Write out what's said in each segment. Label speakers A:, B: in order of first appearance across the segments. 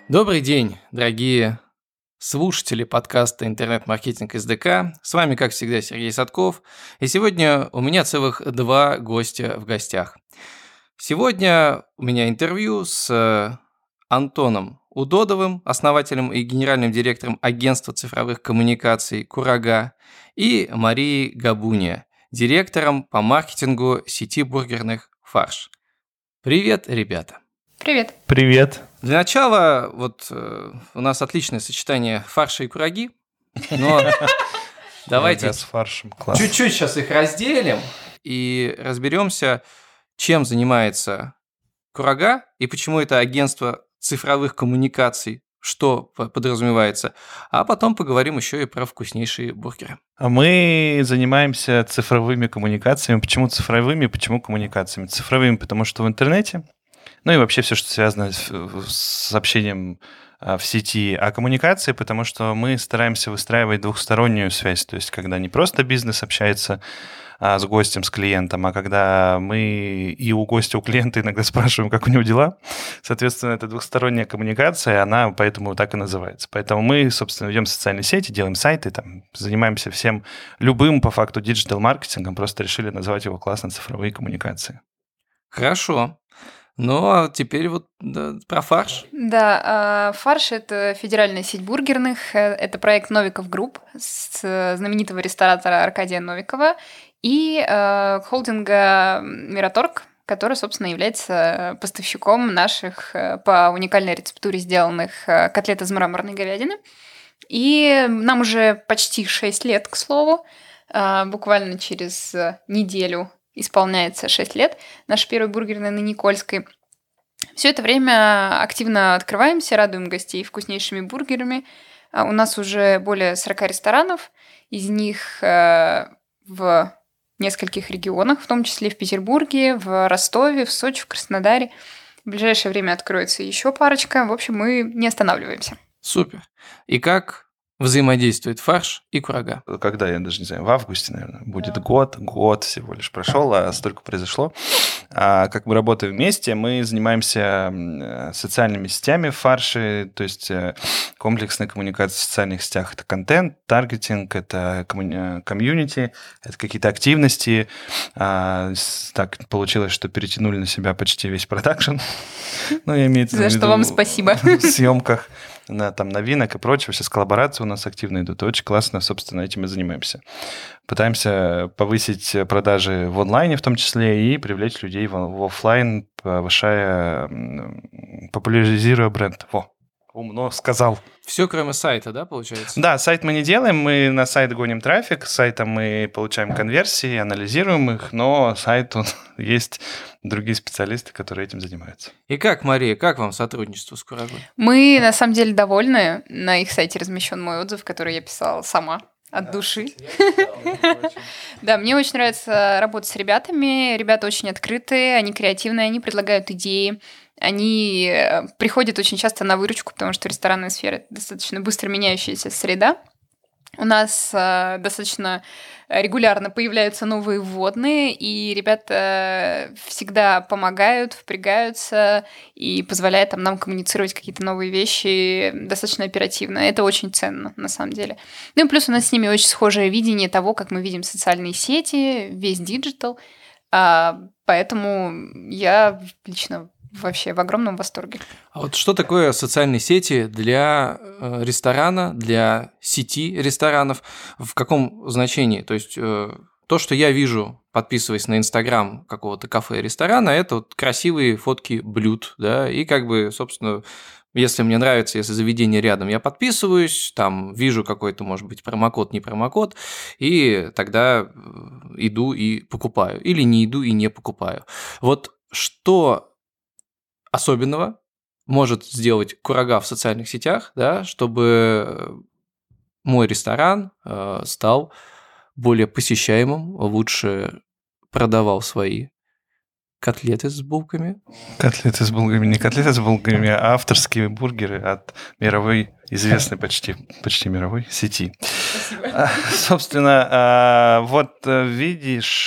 A: Добрый день, дорогие слушатели подкаста «Интернет-маркетинг СДК». С вами, как всегда, Сергей Садков. И сегодня у меня целых два гостя в гостях. Сегодня у меня интервью с Антоном Удодовым, основателем и генеральным директором агентства цифровых коммуникаций «Курага», и Марией Габуния, директором по маркетингу сети бургерных «Фарш». Привет, ребята!
B: Привет.
C: Привет.
A: Для начала, у нас отличное сочетание фарша и кураги, но давайте
C: с фаршем. Класс.
A: чуть-чуть сейчас их разделим и разберемся, чем занимается Курага и почему это агентство цифровых коммуникаций, что подразумевается, а потом поговорим еще и про вкуснейшие бургеры.
C: Мы занимаемся цифровыми коммуникациями. Почему цифровыми, почему коммуникациями? Цифровыми, потому что в интернете, ну и вообще все, что связано с общением в сети, а коммуникации, потому что мы стараемся выстраивать двухстороннюю связь, то есть когда не просто бизнес общается с гостем, с клиентом, а когда мы и у гостя, у клиента иногда спрашиваем, как у него дела. Соответственно, это двухсторонняя коммуникация, она поэтому так и называется. Поэтому мы, собственно, ведем социальные сети, делаем сайты, занимаемся всем любым, по факту, диджитал-маркетингом, просто решили назвать его классно цифровые коммуникации.
A: Хорошо. Ну, а теперь про фарш.
B: Да, «Фарш» — это федеральная сеть бургерных, это проект Новиков Групп с знаменитого ресторатора Аркадия Новикова и холдинга «Мираторг», который, собственно, является поставщиком наших по уникальной рецептуре сделанных котлет из мраморной говядины. И нам уже почти 6 лет, к слову, буквально через неделю исполняется 6 лет, наш первый бургерный на Никольской. Все это время активно открываемся, радуем гостей вкуснейшими бургерами. У нас уже более 40 ресторанов, из них в нескольких регионах, в том числе в Петербурге, в Ростове, в Сочи, в Краснодаре. В ближайшее время откроется еще парочка. В общем, мы не останавливаемся.
A: Супер. И как взаимодействует фарш и курага?
C: Когда, я даже не знаю, в августе, наверное, будет год всего лишь прошел, а столько произошло. Как мы работаем вместе, мы занимаемся социальными сетями в фарше, то есть комплексная коммуникация в социальных сетях. Это контент, таргетинг, это комьюнити, это какие-то активности. Так получилось, что перетянули на себя почти весь продакшн. Ну, я имею в виду,
B: за что вам спасибо.
C: В съемках новинок и прочего. Сейчас коллаборации у нас активно идут. Очень классно, собственно, этим и занимаемся. Пытаемся повысить продажи в онлайне в том числе и привлечь людей в офлайн, популяризируя бренд. Умно сказал.
A: Все, кроме сайта, да, получается?
C: Да, сайт мы не делаем, мы на сайт гоним трафик, с сайта мы получаем конверсии, анализируем их, но сайт, есть другие специалисты, которые этим занимаются.
A: И как, Мария, как вам сотрудничество с Курагой?
B: Мы, на самом деле, довольны. На их сайте размещен мой отзыв, который я писала сама. От души. Да, мне очень нравится работать с ребятами. Ребята очень открытые, они креативные, они предлагают идеи. Они приходят очень часто на выручку, потому что ресторанная сфера – это достаточно быстро меняющаяся среда. У нас достаточно регулярно появляются новые вводные, и ребята всегда помогают, впрягаются и позволяют нам коммуницировать какие-то новые вещи достаточно оперативно. Это очень ценно, на самом деле. Ну и плюс у нас с ними очень схожее видение того, как мы видим социальные сети, весь диджитал. Поэтому я лично вообще в огромном восторге.
A: А вот что такое социальные сети для ресторана, для сети ресторанов? В каком значении? То есть то, что я вижу, подписываясь на Инстаграм какого-то кафе, ресторана, это красивые фотки блюд, да, и собственно, если мне нравится, если заведение рядом, я подписываюсь, там вижу какой-то, может быть, промокод, не промокод, и тогда иду и покупаю. Или не иду и не покупаю. Вот что особенного может сделать Курага в социальных сетях, да, чтобы мой ресторан стал более посещаемым, лучше продавал свои котлеты с булками.
C: Котлеты с булками, не котлеты с булками, а авторские бургеры от мировой, известной почти мировой сети.
B: Спасибо.
C: Собственно, видишь,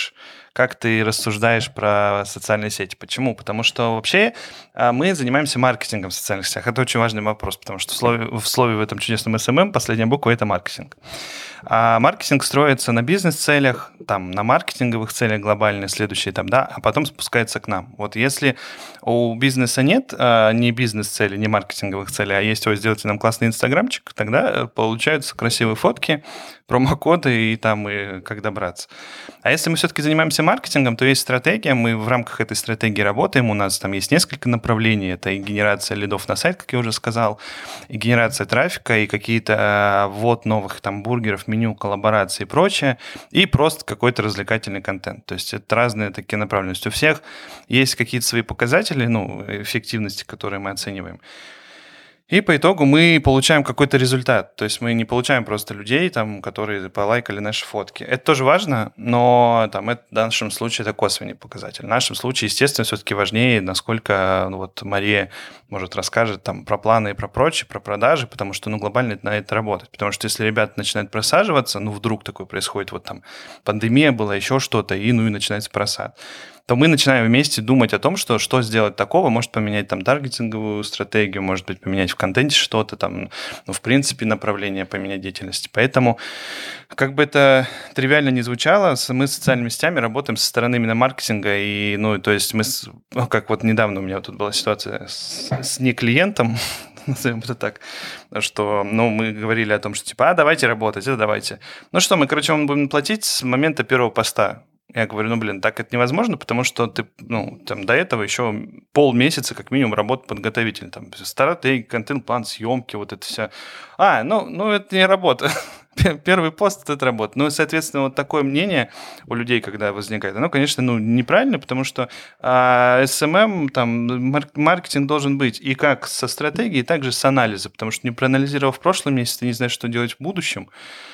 C: как ты рассуждаешь про социальные сети. Почему? Потому что вообще мы занимаемся маркетингом в социальных сетях. Это очень важный вопрос, потому что в слове в этом чудесном SMM последняя буква – это маркетинг. А маркетинг строится на бизнес-целях, там, на маркетинговых целях глобальные, следующие там, да, а потом спускается к нам. Вот если у бизнеса нет ни бизнес-цели, ни маркетинговых целей, а есть, сделайте нам классный инстаграмчик, тогда получаются красивые фотки, промокоды и там и как добраться. А если мы все-таки занимаемся маркетингом, то есть стратегия, мы в рамках этой стратегии работаем, у нас там есть несколько направлений, это и генерация лидов на сайт, как я уже сказал, и генерация трафика, и какие-то ввод новых там бургеров, меню, коллаборации и прочее, и просто какой-то развлекательный контент. То есть это разные такие направленности. У всех есть какие-то свои показатели, эффективности, которые мы оцениваем. И по итогу мы получаем какой-то результат. То есть мы не получаем просто людей, там, которые полайкали наши фотки. Это тоже важно, но это, в нашем случае это косвенный показатель. В нашем случае, естественно, все-таки важнее, насколько Мария, может, расскажет там, про планы и про прочее, про продажи, потому что глобально на это работать. Потому что если ребята начинают просаживаться, вдруг такое происходит, пандемия была, еще что-то, и начинается просад, то мы начинаем вместе думать о том, что сделать такого, может поменять там таргетинговую стратегию, может быть, поменять в контенте что-то там, в принципе, направление поменять деятельности. Поэтому, как бы это тривиально не звучало, мы с социальными сетями работаем со стороны именно маркетинга, и, то есть мы, как недавно у меня тут была ситуация с не-клиентом, назовем это так, что, мы говорили о том, что давайте работать, давайте. Мы, он будем платить с момента первого поста. Я говорю, так это невозможно, потому что ты, до этого еще полмесяца, как минимум, работы подготовительной. Там, стратегия, контент-план, съемки, вот это все. Это не работа. Первый пост – это работа. Соответственно, такое мнение у людей, когда возникает, оно, конечно, неправильно, потому что SMM, маркетинг должен быть и как со стратегией, так же с анализа, потому что не проанализировав в прошлом месяце, ты не знаешь, что делать в будущем.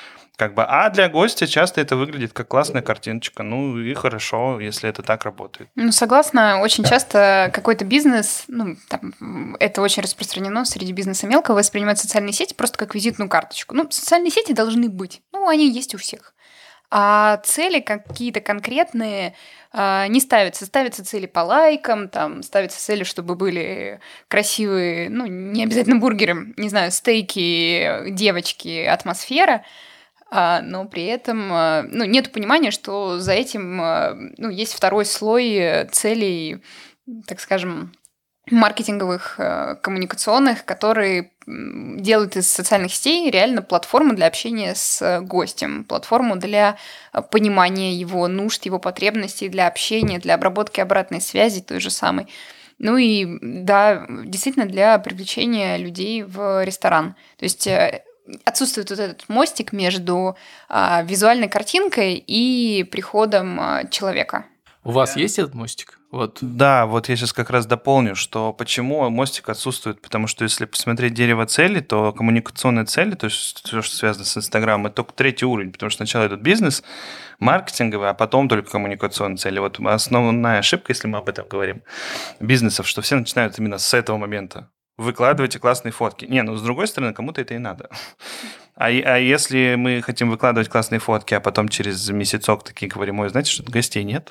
C: А для гостя часто это выглядит как классная картиночка. И хорошо, если это так работает.
B: Согласна. Очень часто какой-то бизнес, это очень распространено среди бизнеса мелкого, воспринимать социальные сети просто как визитную карточку. Социальные сети должны быть. Они есть у всех. А цели какие-то конкретные не ставятся. Ставятся цели по лайкам, ставятся цели, чтобы были красивые, не обязательно бургеры, не знаю, стейки, девочки, атмосфера. Но при этом нет понимания, что за этим есть второй слой целей, так скажем, маркетинговых, коммуникационных, которые делают из социальных сетей реально платформу для общения с гостем, платформу для понимания его нужд, его потребностей, для общения, для обработки обратной связи той же самой. И да, действительно для привлечения людей в ресторан. То есть отсутствует вот этот мостик между визуальной картинкой и приходом человека.
A: У вас есть этот мостик?
C: Да, я сейчас как раз дополню, что почему мостик отсутствует, потому что если посмотреть дерево целей, то коммуникационные цели, то есть все, что связано с Инстаграмом, это только третий уровень, потому что сначала идет бизнес, маркетинговый, а потом только коммуникационные цели. Основная ошибка, если мы об этом говорим, бизнесов, что все начинают именно с этого момента. Выкладывайте классные фотки. С другой стороны, кому-то это и надо. А если мы хотим выкладывать классные фотки, а потом через месяцок такие говорим, знаете, что гостей нет?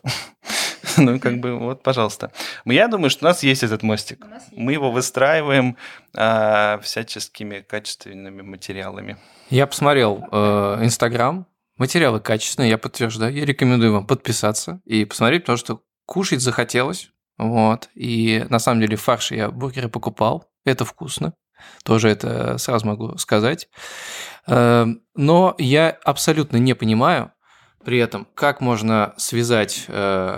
C: Пожалуйста. Я думаю, что у нас есть этот мостик. Мы его выстраиваем всяческими качественными материалами.
A: Я посмотрел Инстаграм, материалы качественные, я подтверждаю. Я рекомендую вам подписаться и посмотреть, потому что кушать захотелось. И на самом деле в фарше я бургеры покупал. Это вкусно. Тоже это сразу могу сказать. Но я абсолютно не понимаю при этом, как можно связать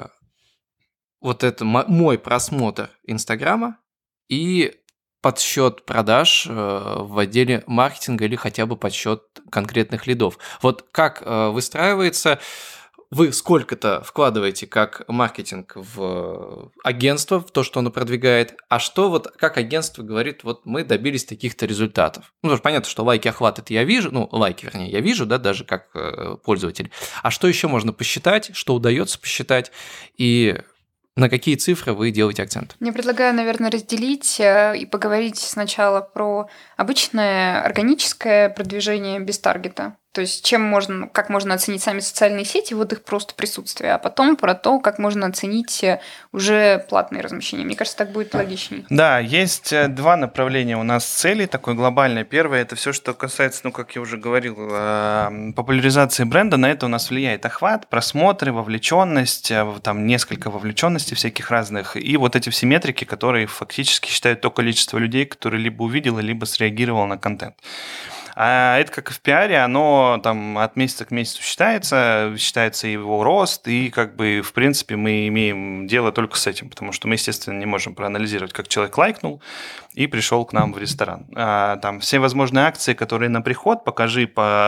A: мой просмотр Инстаграма и подсчет продаж в отделе маркетинга или хотя бы подсчет конкретных лидов. Как выстраивается... Вы сколько-то вкладываете как маркетинг в агентство, в то, что оно продвигает, а что как агентство говорит, мы добились таких-то результатов. Потому что понятно, что лайки, охват это я вижу, я вижу, да, даже как пользователь. А что еще можно посчитать, что удается посчитать и на какие цифры вы делаете акцент?
B: Я предлагаю, наверное, разделить и поговорить сначала про обычное органическое продвижение без таргета. То есть как можно оценить сами социальные сети, вот их просто присутствие, а потом про то, как можно оценить уже платные размещения. Мне кажется, так будет логичнее.
C: Да, есть два направления у нас целей, такое глобальное. Первое – это все, что касается, ну, как я уже говорил, популяризации бренда. На это у нас влияет охват, просмотры, вовлеченность, там несколько вовлеченностей всяких разных. И вот эти все метрики, которые фактически считают то количество людей, которые либо увидело, либо среагировало на контент. А это как и в пиаре, оно там от месяца к месяцу считается его рост, и как бы в принципе мы имеем дело только с этим, потому что мы, естественно, не можем проанализировать, как человек лайкнул и пришел к нам в ресторан. Там все возможные акции, которые на приход, покажи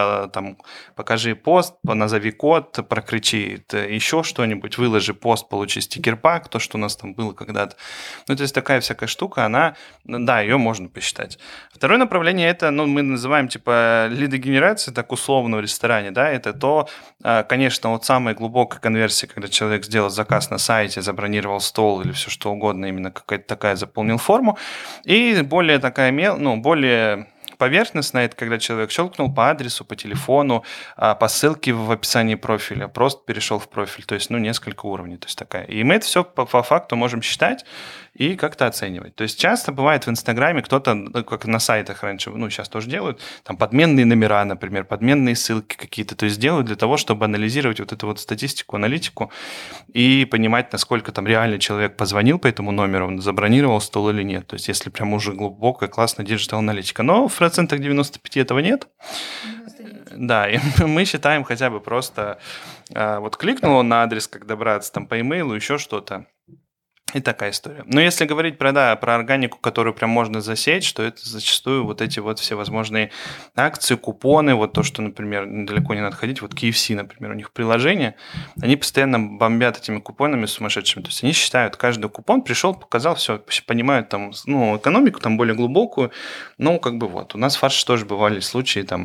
C: пост, назови код, прокричи еще что-нибудь, выложи пост, получи стикер-пак, то, что у нас там было когда-то. Ну, то есть такая всякая штука, она, да, ее можно посчитать. Второе направление – это, ну, мы называем типа лидогенерация, так условно в ресторане, да, это то, конечно, вот самая глубокая конверсия, когда человек сделал заказ на сайте, забронировал стол или все что угодно, именно какая-то такая, заполнил форму, и более такая, более поверхностно, это когда человек щелкнул по адресу, по телефону, по ссылке в описании профиля, просто перешел в профиль, то есть, ну, несколько уровней, то есть такая. И мы это все по факту можем считать и как-то оценивать. То есть часто бывает в Инстаграме кто-то, как на сайтах раньше, ну, сейчас тоже делают, там подменные номера, например, подменные ссылки какие-то, то есть делают для того, чтобы анализировать вот эту вот статистику, аналитику и понимать, насколько там реально человек позвонил по этому номеру, он забронировал стол или нет. То есть если прям уже глубокая, классная диджитал-аналитика. Но в процентах 95 этого нет. 99. Да, и мы считаем хотя бы просто вот кликнул он на адрес, как добраться там по имейлу, еще что-то. И такая история. Но если говорить про органику, которую прям можно засеять, что это зачастую вот эти вот все возможные акции, купоны, вот то, что, например, далеко не надо ходить, вот KFC, например, у них приложение, они постоянно бомбят этими купонами сумасшедшими. То есть они считают, каждый купон пришел, показал, все, понимают там, ну, экономику там более глубокую, ну, как бы вот. У нас в фарше тоже бывали случаи там,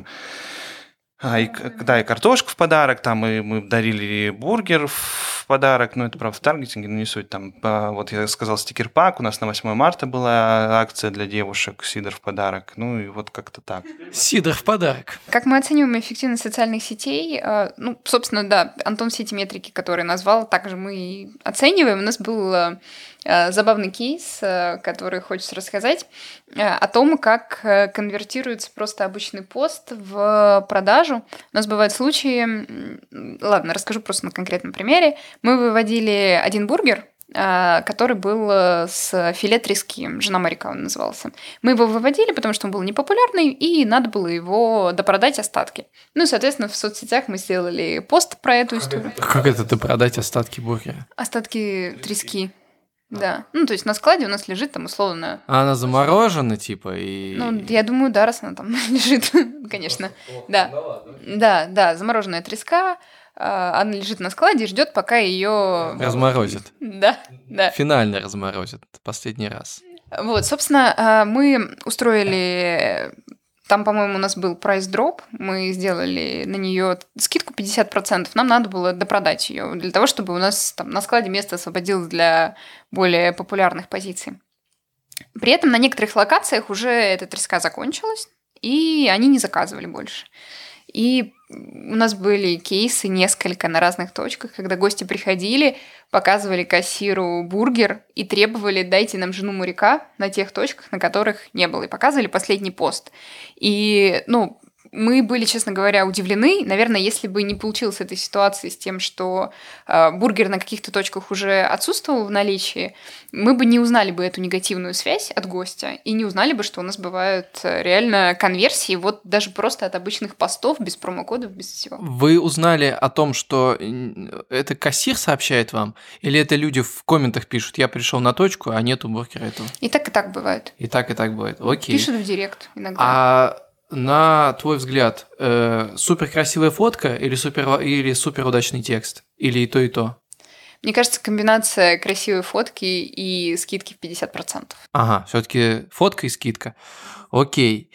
C: и картошку в подарок, там, и мы дарили бургер в подарок, ну, это, правда, в таргетинге, но не суть, там, вот я сказал стикер-пак, у нас на 8 марта была акция для девушек, сидр в подарок, ну, и вот как-то так.
A: Сидр в подарок.
B: Как мы оцениваем эффективность социальных сетей? Ну, собственно, да, Антон все эти метрики, которые назвал, также мы и оцениваем. У нас был забавный кейс, который хочется рассказать, о том, как конвертируется просто обычный пост в продажу. У нас бывают случаи, ладно, расскажу просто на конкретном примере. Мы выводили один бургер, который был с филе трески, жена моряка он назывался. Мы его выводили, потому что он был непопулярный, и надо было его допродать остатки. Ну и, соответственно, в соцсетях мы сделали пост про эту историю.
A: Как это допродать остатки бургера?
B: Остатки трески. Да. Ну, то есть на складе у нас лежит там условно...
A: А она заморожена, типа, и...
B: Ну, я думаю, да, раз она там лежит, конечно. Да. Да, замороженная треска, она лежит на складе и ждет, пока ее
A: разморозят.
B: Да.
A: Финально разморозят, последний раз.
B: Вот, собственно, мы устроили... Там, по-моему, у нас был прайс-дроп, мы сделали на нее скидку 50%, нам надо было допродать ее для того, чтобы у нас там на складе место освободилось для более популярных позиций. При этом на некоторых локациях уже эта треска закончилась, и они не заказывали больше. И у нас были кейсы несколько на разных точках, когда гости приходили, показывали кассиру бургер и требовали: дайте нам жену моряка на тех точках, на которых не было, и показывали последний пост. И, ну, мы были, честно говоря, удивлены. Наверное, если бы не получилось этой ситуации с тем, что бургер на каких-то точках уже отсутствовал в наличии, мы бы не узнали бы эту негативную связь от гостя и не узнали бы, что у нас бывают реально конверсии вот даже просто от обычных постов, без промокодов, без всего.
A: Вы узнали о том, что это кассир сообщает вам, или это люди в комментах пишут: я пришел на точку, а нету бургера этого?
B: И так бывает.
A: И так бывает. Окей.
B: Пишут в директ иногда.
A: А на твой взгляд, супер красивая фотка или супер удачный текст? Или и то, и то?
B: Мне кажется, комбинация красивой фотки и скидки в 50%.
A: Ага, все-таки фотка и скидка. Окей.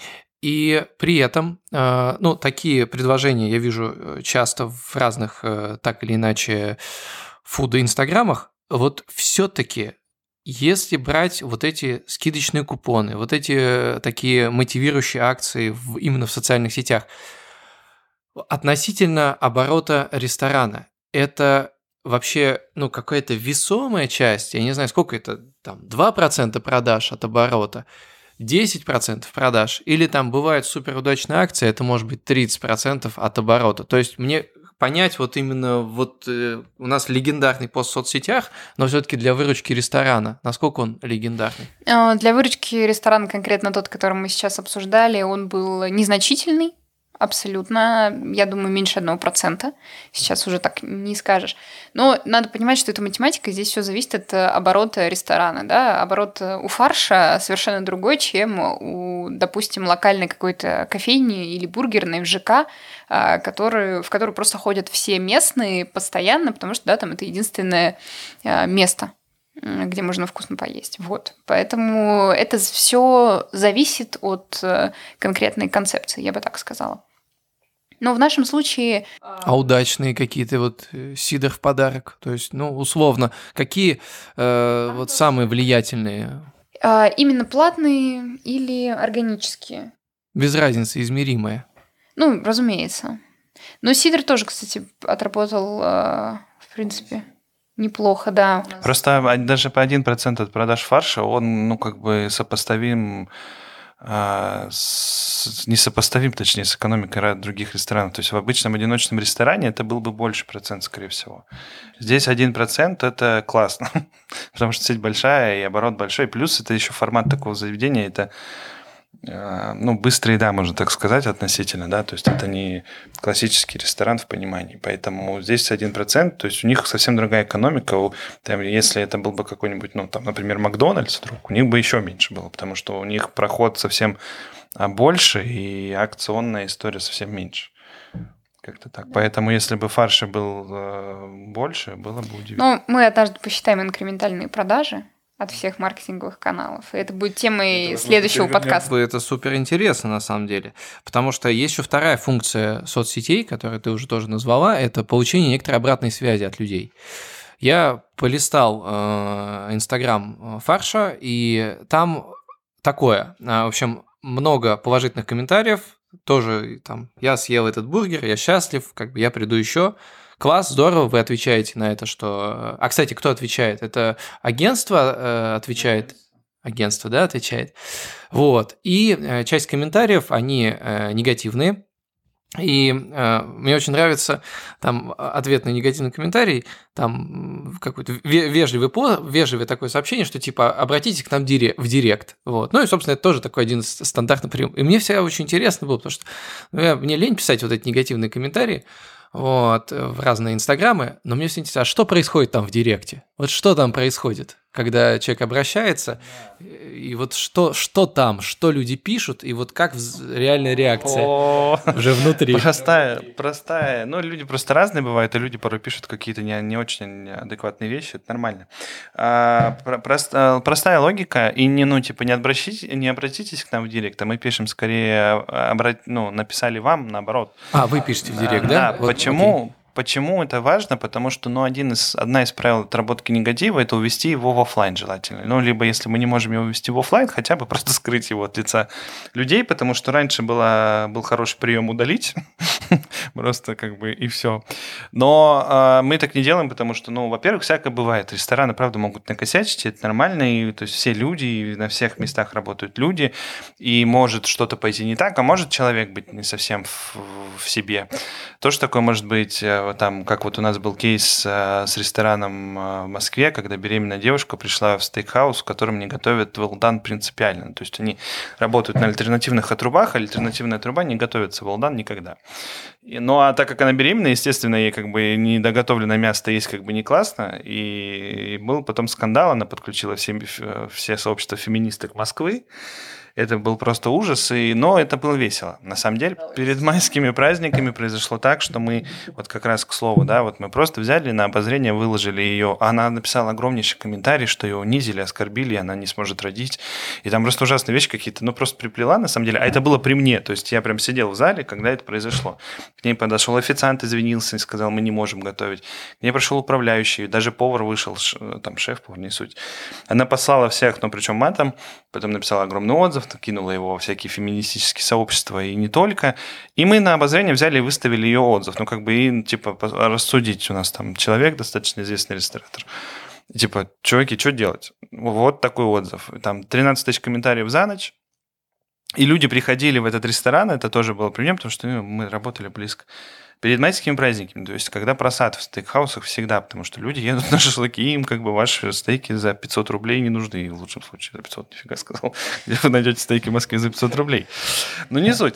A: И при этом, ну, такие предложения я вижу часто в разных, так или иначе, фудо-инстаграмах. Вот все-таки, если брать вот эти скидочные купоны, вот эти такие мотивирующие акции именно в социальных сетях, Относительно оборота ресторана, это вообще, какая-то весомая часть, я не знаю, сколько это, там, 2% продаж от оборота, 10% продаж, или там бывают суперудачные акции, это может быть 30% от оборота. То есть мне понять вот именно у нас легендарный пост в соцсетях, но все-таки для выручки ресторана, насколько он легендарный?
B: Для выручки ресторана, конкретно тот, который мы сейчас обсуждали, он был незначительный. Абсолютно, я думаю, меньше 1%. Сейчас уже так не скажешь. Но надо понимать, что это математика, здесь все зависит от оборота ресторана. Да? Оборот у фарша совершенно другой, чем у, допустим, локальной какой-то кофейни или бургерной в ЖК, в которую просто ходят все местные постоянно, потому что там это единственное место, где можно вкусно поесть. Вот. Поэтому это все зависит от конкретной концепции, я бы так сказала. Но в нашем случае...
A: А удачные какие-то сидр в подарок? То есть, условно, какие самые влиятельные?
B: Именно платные или органические?
A: Без разницы, измеримые.
B: Разумеется. Но сидр тоже, кстати, отработал, в принципе, неплохо, да.
C: Просто даже по 1% от продаж фарша, он, сопоставим... несопоставим, точнее, с экономикой других ресторанов. То есть в обычном одиночном ресторане это был бы больше процент, скорее всего. Здесь 1% это классно, потому что сеть большая и оборот большой. Плюс это еще формат такого заведения, это быстрая еда, можно так сказать, относительно, да, то есть это не классический ресторан в понимании, поэтому здесь 1%, то есть у них совсем другая экономика, если это был бы какой-нибудь, например, Макдональдс вдруг, у них бы еще меньше было, потому что у них проход совсем больше и акционная история совсем меньше. Как-то так. Поэтому, если бы фарша был больше, было бы удивительно.
B: Мы однажды посчитаем инкрементальные продажи от всех маркетинговых каналов. И это будет темой следующего подкаста.
A: Это супер интересно, на самом деле. Потому что есть еще вторая функция соцсетей, которую ты уже тоже назвала, это получение некоторой обратной связи от людей. Я полистал Инстаграм фарша, и там такое. В общем, много положительных комментариев. Тоже там, я съел этот бургер, я счастлив, я приду еще. Класс, здорово, вы отвечаете на это, что... А, кстати, кто отвечает? Это агентство отвечает? Агентство, да, отвечает. Вот. И часть комментариев, они негативные. И мне очень нравится там ответ на негативный комментарий, там какое-то вежливое такое сообщение, что типа обратитесь к нам в директ. Вот. И, собственно, это тоже такой один из стандартных приемов. И мне всегда очень интересно было, потому что мне лень писать эти негативные комментарии, в разные инстаграмы, но мне все интересно, а что происходит там в директе? Что там происходит, когда человек обращается, и что там, что люди пишут, и как реальная реакция уже внутри.
C: Простая. Люди просто разные бывают, и люди порой пишут какие-то не очень адекватные вещи, это нормально. Простая логика, и не обратитесь к нам в директ, а мы пишем скорее, написали вам, наоборот.
A: Вы пишете в директ, да?
C: Почему это важно? Потому что одна из правил отработки негатива – это увести его в офлайн желательно. Либо если мы не можем его увести в офлайн, хотя бы просто скрыть его от лица людей, потому что раньше был хороший прием удалить, просто и все. Но мы так не делаем, потому что, во-первых, всякое бывает. Рестораны, правда, могут накосячить, это нормально, и то есть все люди, и на всех местах работают люди, и может что-то пойти не так, а может человек быть не совсем в себе. Тоже такое может быть, как у нас был кейс с рестораном в Москве, когда беременная девушка пришла в стейкхаус, в котором не готовят well done принципиально. То есть они работают на альтернативных отрубах, а альтернативная труба не готовится well done никогда. А так как она беременна, естественно, ей недоготовленное мясо есть не классно, и был потом скандал, она подключила все сообщества феминисток Москвы. Это был просто ужас, но это было весело. На самом деле, перед майскими праздниками произошло так, что мы, как раз к слову, мы просто взяли на обозрение, выложили ее. Она написала огромнейший комментарий, что ее унизили, оскорбили, она не сможет родить. И там просто ужасные вещи какие-то, просто приплела, на самом деле. А это было при мне, то есть я прям сидел в зале, когда это произошло. К ней подошел официант, извинился и сказал, мы не можем готовить. К ней пришел управляющий, даже повар вышел, там шеф-повар, не суть. Она послала всех, причем матом, потом написала огромный отзыв, отзыв, кинула его во всякие феминистические сообщества и не только. И мы на обозрение взяли и выставили ее отзыв. Ну, как бы, и, типа, рассудить. У нас там человек, достаточно известный ресторатор. Типа, чуваки, что делать? Вот такой отзыв. Там 13 тысяч комментариев за ночь. И люди приходили в этот ресторан, это тоже было проблема, потому что мы работали близко. Перед майскими праздниками, то есть когда просад в стейкхаусах всегда, потому что люди едут на шашлыки, им как бы ваши стейки за 500 рублей не нужны, в лучшем случае за 500, нифига сказал, где вы найдете стейки в Москве за 500 рублей. Но не суть.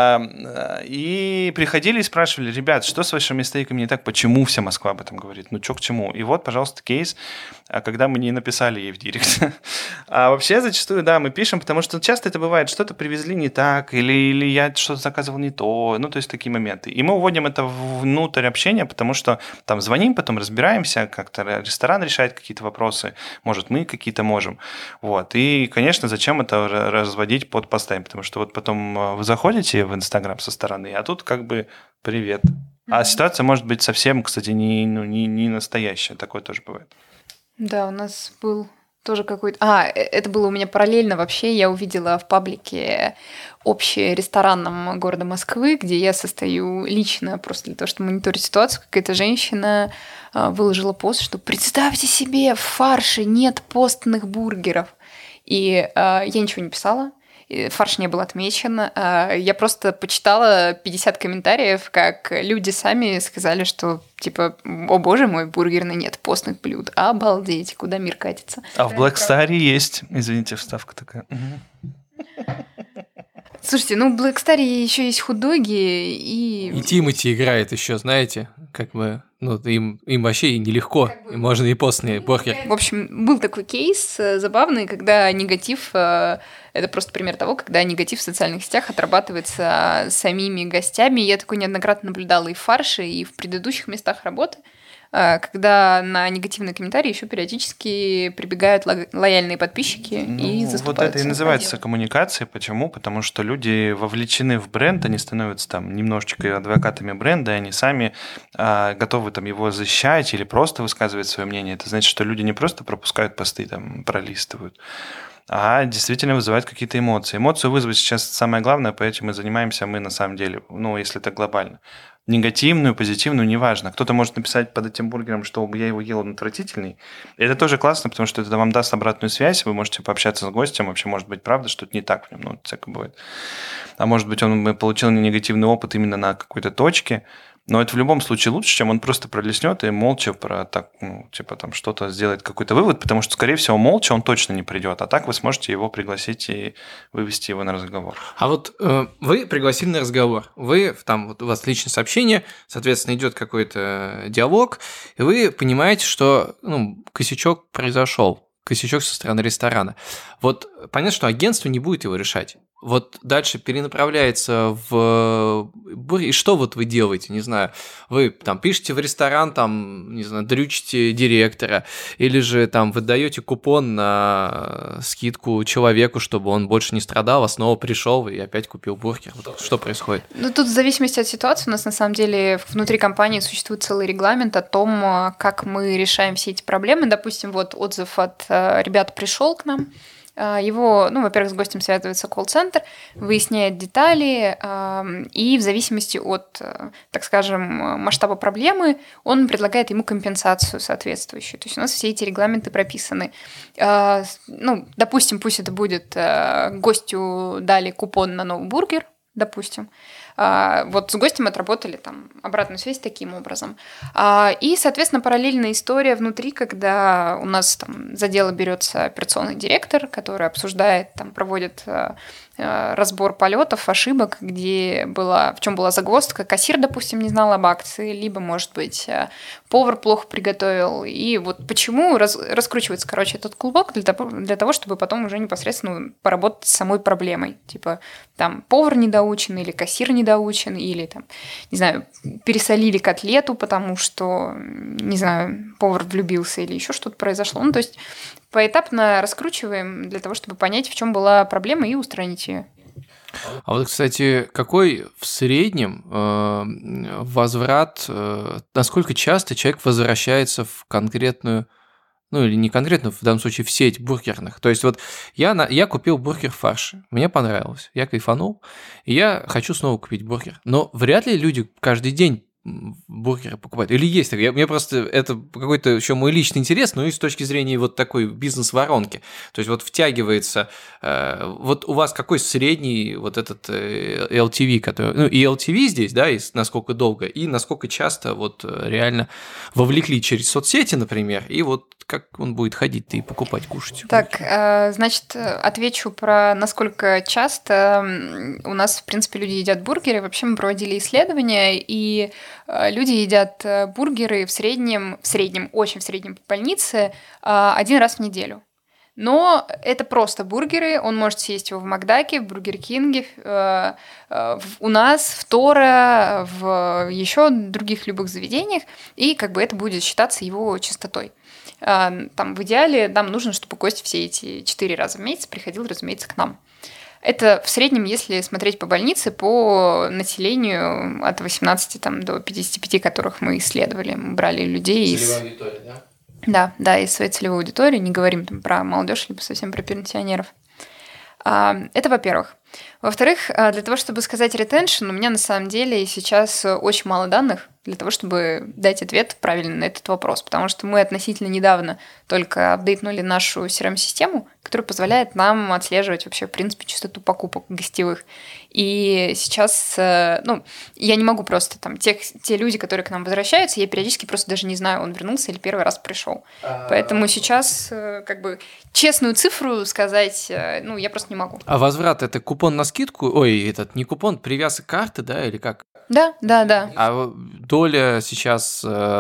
C: И приходили и спрашивали, ребят, что с вашими стейками не так, почему вся Москва об этом говорит, ну что к чему? И вот, пожалуйста, кейс, когда мы не написали ей в директ. А вообще зачастую, да, мы пишем, потому что часто это бывает, что-то привезли не так, или я что-то заказывал не то, ну то есть такие моменты. И мы уводим это внутрь общения, потому что там звоним, потом разбираемся, как-то ресторан решает какие-то вопросы, может, мы какие-то можем. Вот. И, конечно, зачем это разводить под постами, потому что вот потом вы заходите в Инстаграм со стороны, а тут как бы привет. А ситуация может быть совсем, кстати, не настоящая, такое тоже бывает.
B: Да, у нас был тоже какой-то... это было у меня параллельно вообще. Я увидела в паблике общересторанном города Москвы, где я состою лично просто для того, чтобы мониторить ситуацию. Какая-то женщина выложила пост, что представьте себе, в фарше нет постных бургеров. И я ничего не писала. Фарш не был отмечен. Я просто почитала 50 комментариев, как люди сами сказали, что типа, о боже мой, бургерный нет постных блюд. Обалдеть, куда мир катится.
C: А в Black Star есть. Извините, вставка такая.
B: Слушайте, в Black Star еще есть хот-доги
A: И Тимати играет еще, знаете, как бы... им вообще и нелегко, и можно и постный бургер.
B: В общем, был такой кейс забавный, когда негатив, это просто пример того, когда негатив в социальных сетях отрабатывается самими гостями. Я такое неоднократно наблюдала и в фарше, и в предыдущих местах работы, когда на негативные комментарии еще периодически прибегают лояльные подписчики и заступаются.
C: Вот это и называется коммуникацией. Почему? Потому что люди вовлечены в бренд, они становятся там немножечко адвокатами бренда, и они сами готовы там его защищать или просто высказывать свое мнение. Это значит, что люди не просто пропускают посты, там, пролистывают, а действительно вызывают какие-то эмоции. Эмоцию вызвать сейчас самое главное, поэтому мы занимаемся мы на самом деле, если это глобально. Негативную, позитивную, неважно. Кто-то может написать под этим бургером, что я его ел, он отвратительный. И это тоже классно, потому что это вам даст обратную связь, вы можете пообщаться с гостем, вообще может быть правда, что это не так в нем, всякое бывает. А может быть, он получил негативный опыт именно на какой-то точке, но это в любом случае лучше, чем он просто пролистнет и молча там что-то сделает, какой-то вывод, потому что, скорее всего, молча он точно не придет, а так вы сможете его пригласить и вывести его на разговор.
A: А вот вы пригласили на разговор, у вас личное сообщение, соответственно, идет какой-то диалог, и вы понимаете, что косячок произошел, косячок со стороны ресторана. Вот понятно, что агентство не будет его решать. Вот дальше перенаправляется в бургер. И что вот вы делаете? Не знаю, вы там пишете в ресторан, там, не знаю, дрючите директора, или же там вы даете купон на скидку человеку, чтобы он больше не страдал, а снова пришел и опять купил бургер. Вот что происходит?
B: Тут в зависимости от ситуации у нас на самом деле внутри компании существует целый регламент о том, как мы решаем все эти проблемы. Допустим, вот отзыв от ребят пришел к нам. Его, во-первых, с гостем связывается колл-центр, выясняет детали, и в зависимости от, так скажем, масштаба проблемы, он предлагает ему компенсацию соответствующую. То есть у нас все эти регламенты прописаны. Допустим, пусть это будет гостю дали купон на новый бургер, допустим. Вот с гостем отработали там обратную связь таким образом. И, соответственно, параллельная история внутри, когда у нас там за дело берется операционный директор, который обсуждает, там, проводит разбор полетов, ошибок, в чем была загвоздка, кассир, допустим, не знал об акции, либо, может быть, повар плохо приготовил. И вот почему раскручивается, этот клубок для того, чтобы потом уже непосредственно поработать с самой проблемой. Типа, там, повар недоучен, или кассир недоучен, или, там, не знаю, пересолили котлету, потому что, не знаю, повар влюбился, или еще что-то произошло. То есть поэтапно раскручиваем для того, чтобы понять, в чем была проблема, и устранить ее.
A: А вот, кстати, какой в среднем возврат, насколько часто человек возвращается в конкретную ну или не конкретно, в данном случае в сеть бургерных. То есть вот я купил бургер в фарше, мне понравилось, я кайфанул, и я хочу снова купить бургер. Но вряд ли люди каждый день бургеры покупают. Или есть такое? Мне просто это какой-то еще мой личный интерес, но и с точки зрения вот такой бизнес-воронки. То есть вот втягивается, вот у вас какой средний вот этот LTV, который, ну и LTV здесь, да, и насколько долго, и насколько часто вот реально вовлекли через соцсети, например, и вот как он будет ходить и покупать, кушать.
B: Так, значит, отвечу про насколько часто у нас, в принципе, люди едят бургеры. Вообще мы проводили исследования, и люди едят бургеры в среднем, очень в среднем по больнице, 1 раз в неделю. Но это просто бургеры, он может съесть его в Макдаке, в Бургер Кинге, у нас, в Торо, в еще других любых заведениях, и как бы это будет считаться его чистотой. Там в идеале нам нужно, чтобы гость все эти 4 раза в месяц приходил, разумеется, к нам. Это в среднем, если смотреть по больнице, по населению от 18 там, до 55, которых мы исследовали. Мы брали людей из...
A: Целевая аудитория, да?
B: Да, из своей целевой аудитории, не говорим там про молодежь, либо совсем про пенсионеров. Это во-первых. Во-вторых, для того, чтобы сказать retention, у меня на самом деле сейчас очень мало данных для того, чтобы дать ответ правильно на этот вопрос, потому что мы относительно недавно только апдейтнули нашу CRM-систему, которая позволяет нам отслеживать вообще, в принципе, частоту покупок гостевых. И сейчас, ну, я не могу просто там, те люди, которые к нам возвращаются, я периодически просто даже не знаю, он вернулся или первый раз пришел. Поэтому сейчас, как бы, честную цифру сказать, ну, я просто не могу.
A: А возврат – это купон на скидку? Ой, этот не купон, привязка карты, да, или как?
B: Да.
A: А доля сейчас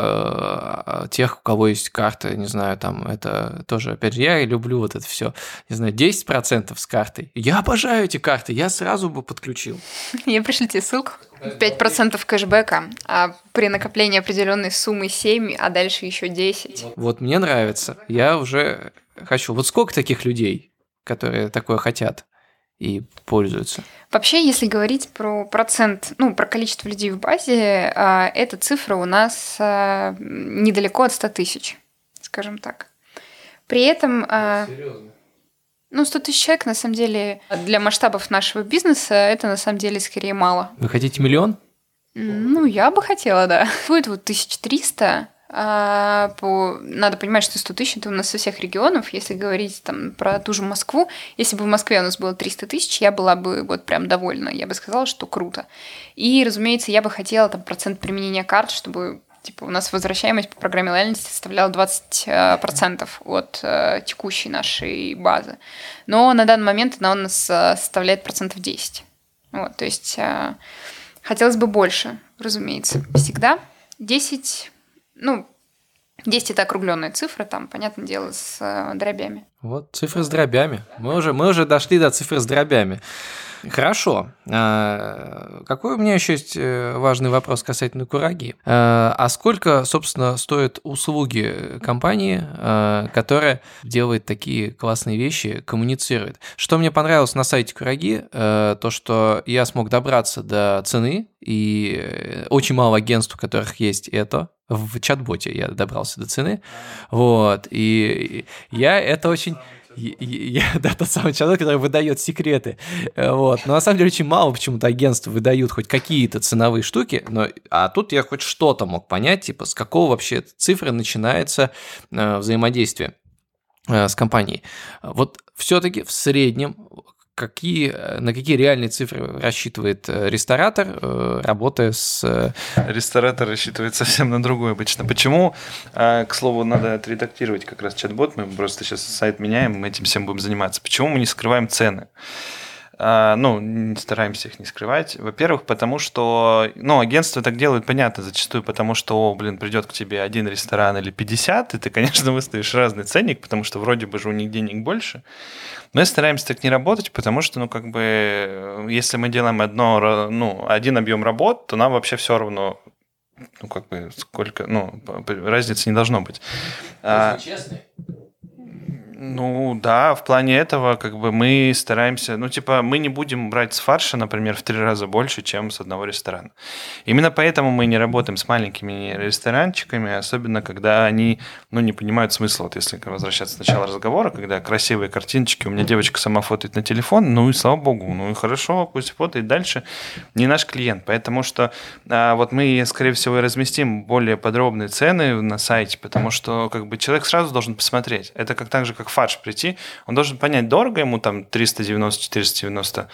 A: тех, у кого есть карта, не знаю, там, это тоже, опять же, я люблю вот это все, не знаю, 10% с картой. Я обожаю эти карты, я сразу бы подключил.
B: Я пришлю тебе ссылку. 5% кэшбэка, а при накоплении определенной суммы 7, а дальше еще 10.
A: Вот мне нравится, я уже хочу. Вот сколько таких людей, которые такое хотят и пользуются?
B: Вообще, если говорить про процент, ну, про количество людей в базе, эта цифра у нас недалеко от 100 тысяч, скажем так. При этом...
A: Серьезно?
B: Ну, 100 тысяч человек, на самом деле, для масштабов нашего бизнеса, это на самом деле скорее мало.
A: Вы хотите 1 миллион?
B: Ну, я бы хотела, да. Будет вот 1300. Надо понимать, что 100 тысяч – это у нас со всех регионов. Если говорить там про ту же Москву, если бы в Москве у нас было 300 тысяч, я была бы вот прям довольна. Я бы сказала, что круто. И, разумеется, я бы хотела там процент применения карт, чтобы типа у нас возвращаемость по программе лояльности составляла 20% от текущей нашей базы. Но на данный момент она у нас составляет 10%. Вот, то есть хотелось бы больше, разумеется. Всегда 10, ну, 10 это округленная цифра, там, понятное дело, с дробями.
A: Вот, цифры с дробями. Мы уже дошли до цифр с дробями. Хорошо. Какой у меня еще есть важный вопрос касательно Кураги? А сколько, собственно, стоят услуги компании, которая делает такие классные вещи, коммуницирует? Что мне понравилось на сайте Кураги, то, что я смог добраться до цены, и очень мало агентств, у которых есть это. В чат-боте я добрался до цены. Вот. И я это очень... Да, тот самый человек, который выдает секреты. Вот. Но на самом деле очень мало почему-то агентств выдают хоть какие-то ценовые штуки, а тут я хоть что-то мог понять, типа с какого вообще цифры начинается взаимодействие с компанией. Вот все-таки в среднем на какие реальные цифры рассчитывает ресторатор, работая с...
C: Ресторатор рассчитывает совсем на другое обычно. Почему? К слову, надо отредактировать как раз чат-бот. Мы просто сейчас сайт меняем, мы этим всем будем заниматься. Почему мы не скрываем цены? Не стараемся их не скрывать. Во-первых, потому что, агентства так делают, понятно, зачастую, потому что, придет к тебе один ресторан или 50, и ты, конечно, выставишь разный ценник, потому что вроде бы же у них денег больше. Мы стараемся так не работать, потому что, если мы делаем один объем работ, то нам вообще все равно, разницы не должно быть.
A: Вы честные?
C: Ну да, в плане этого как бы мы стараемся, ну типа мы не будем брать с фарша, например, в 3 раза больше, чем с одного ресторана. Именно поэтому мы не работаем с маленькими ресторанчиками, особенно когда они, ну, не понимают смысла. Вот если возвращаться к началу разговора, когда красивые картиночки, у меня девочка сама фотоет на телефон, ну и слава богу, ну и хорошо, пусть фотоет дальше, не наш клиент. Потому что вот мы, скорее всего, и разместим более подробные цены на сайте, потому что как бы человек сразу должен посмотреть. Это как так же, как фарш прийти, он должен понять, дорого ему там 390, 490,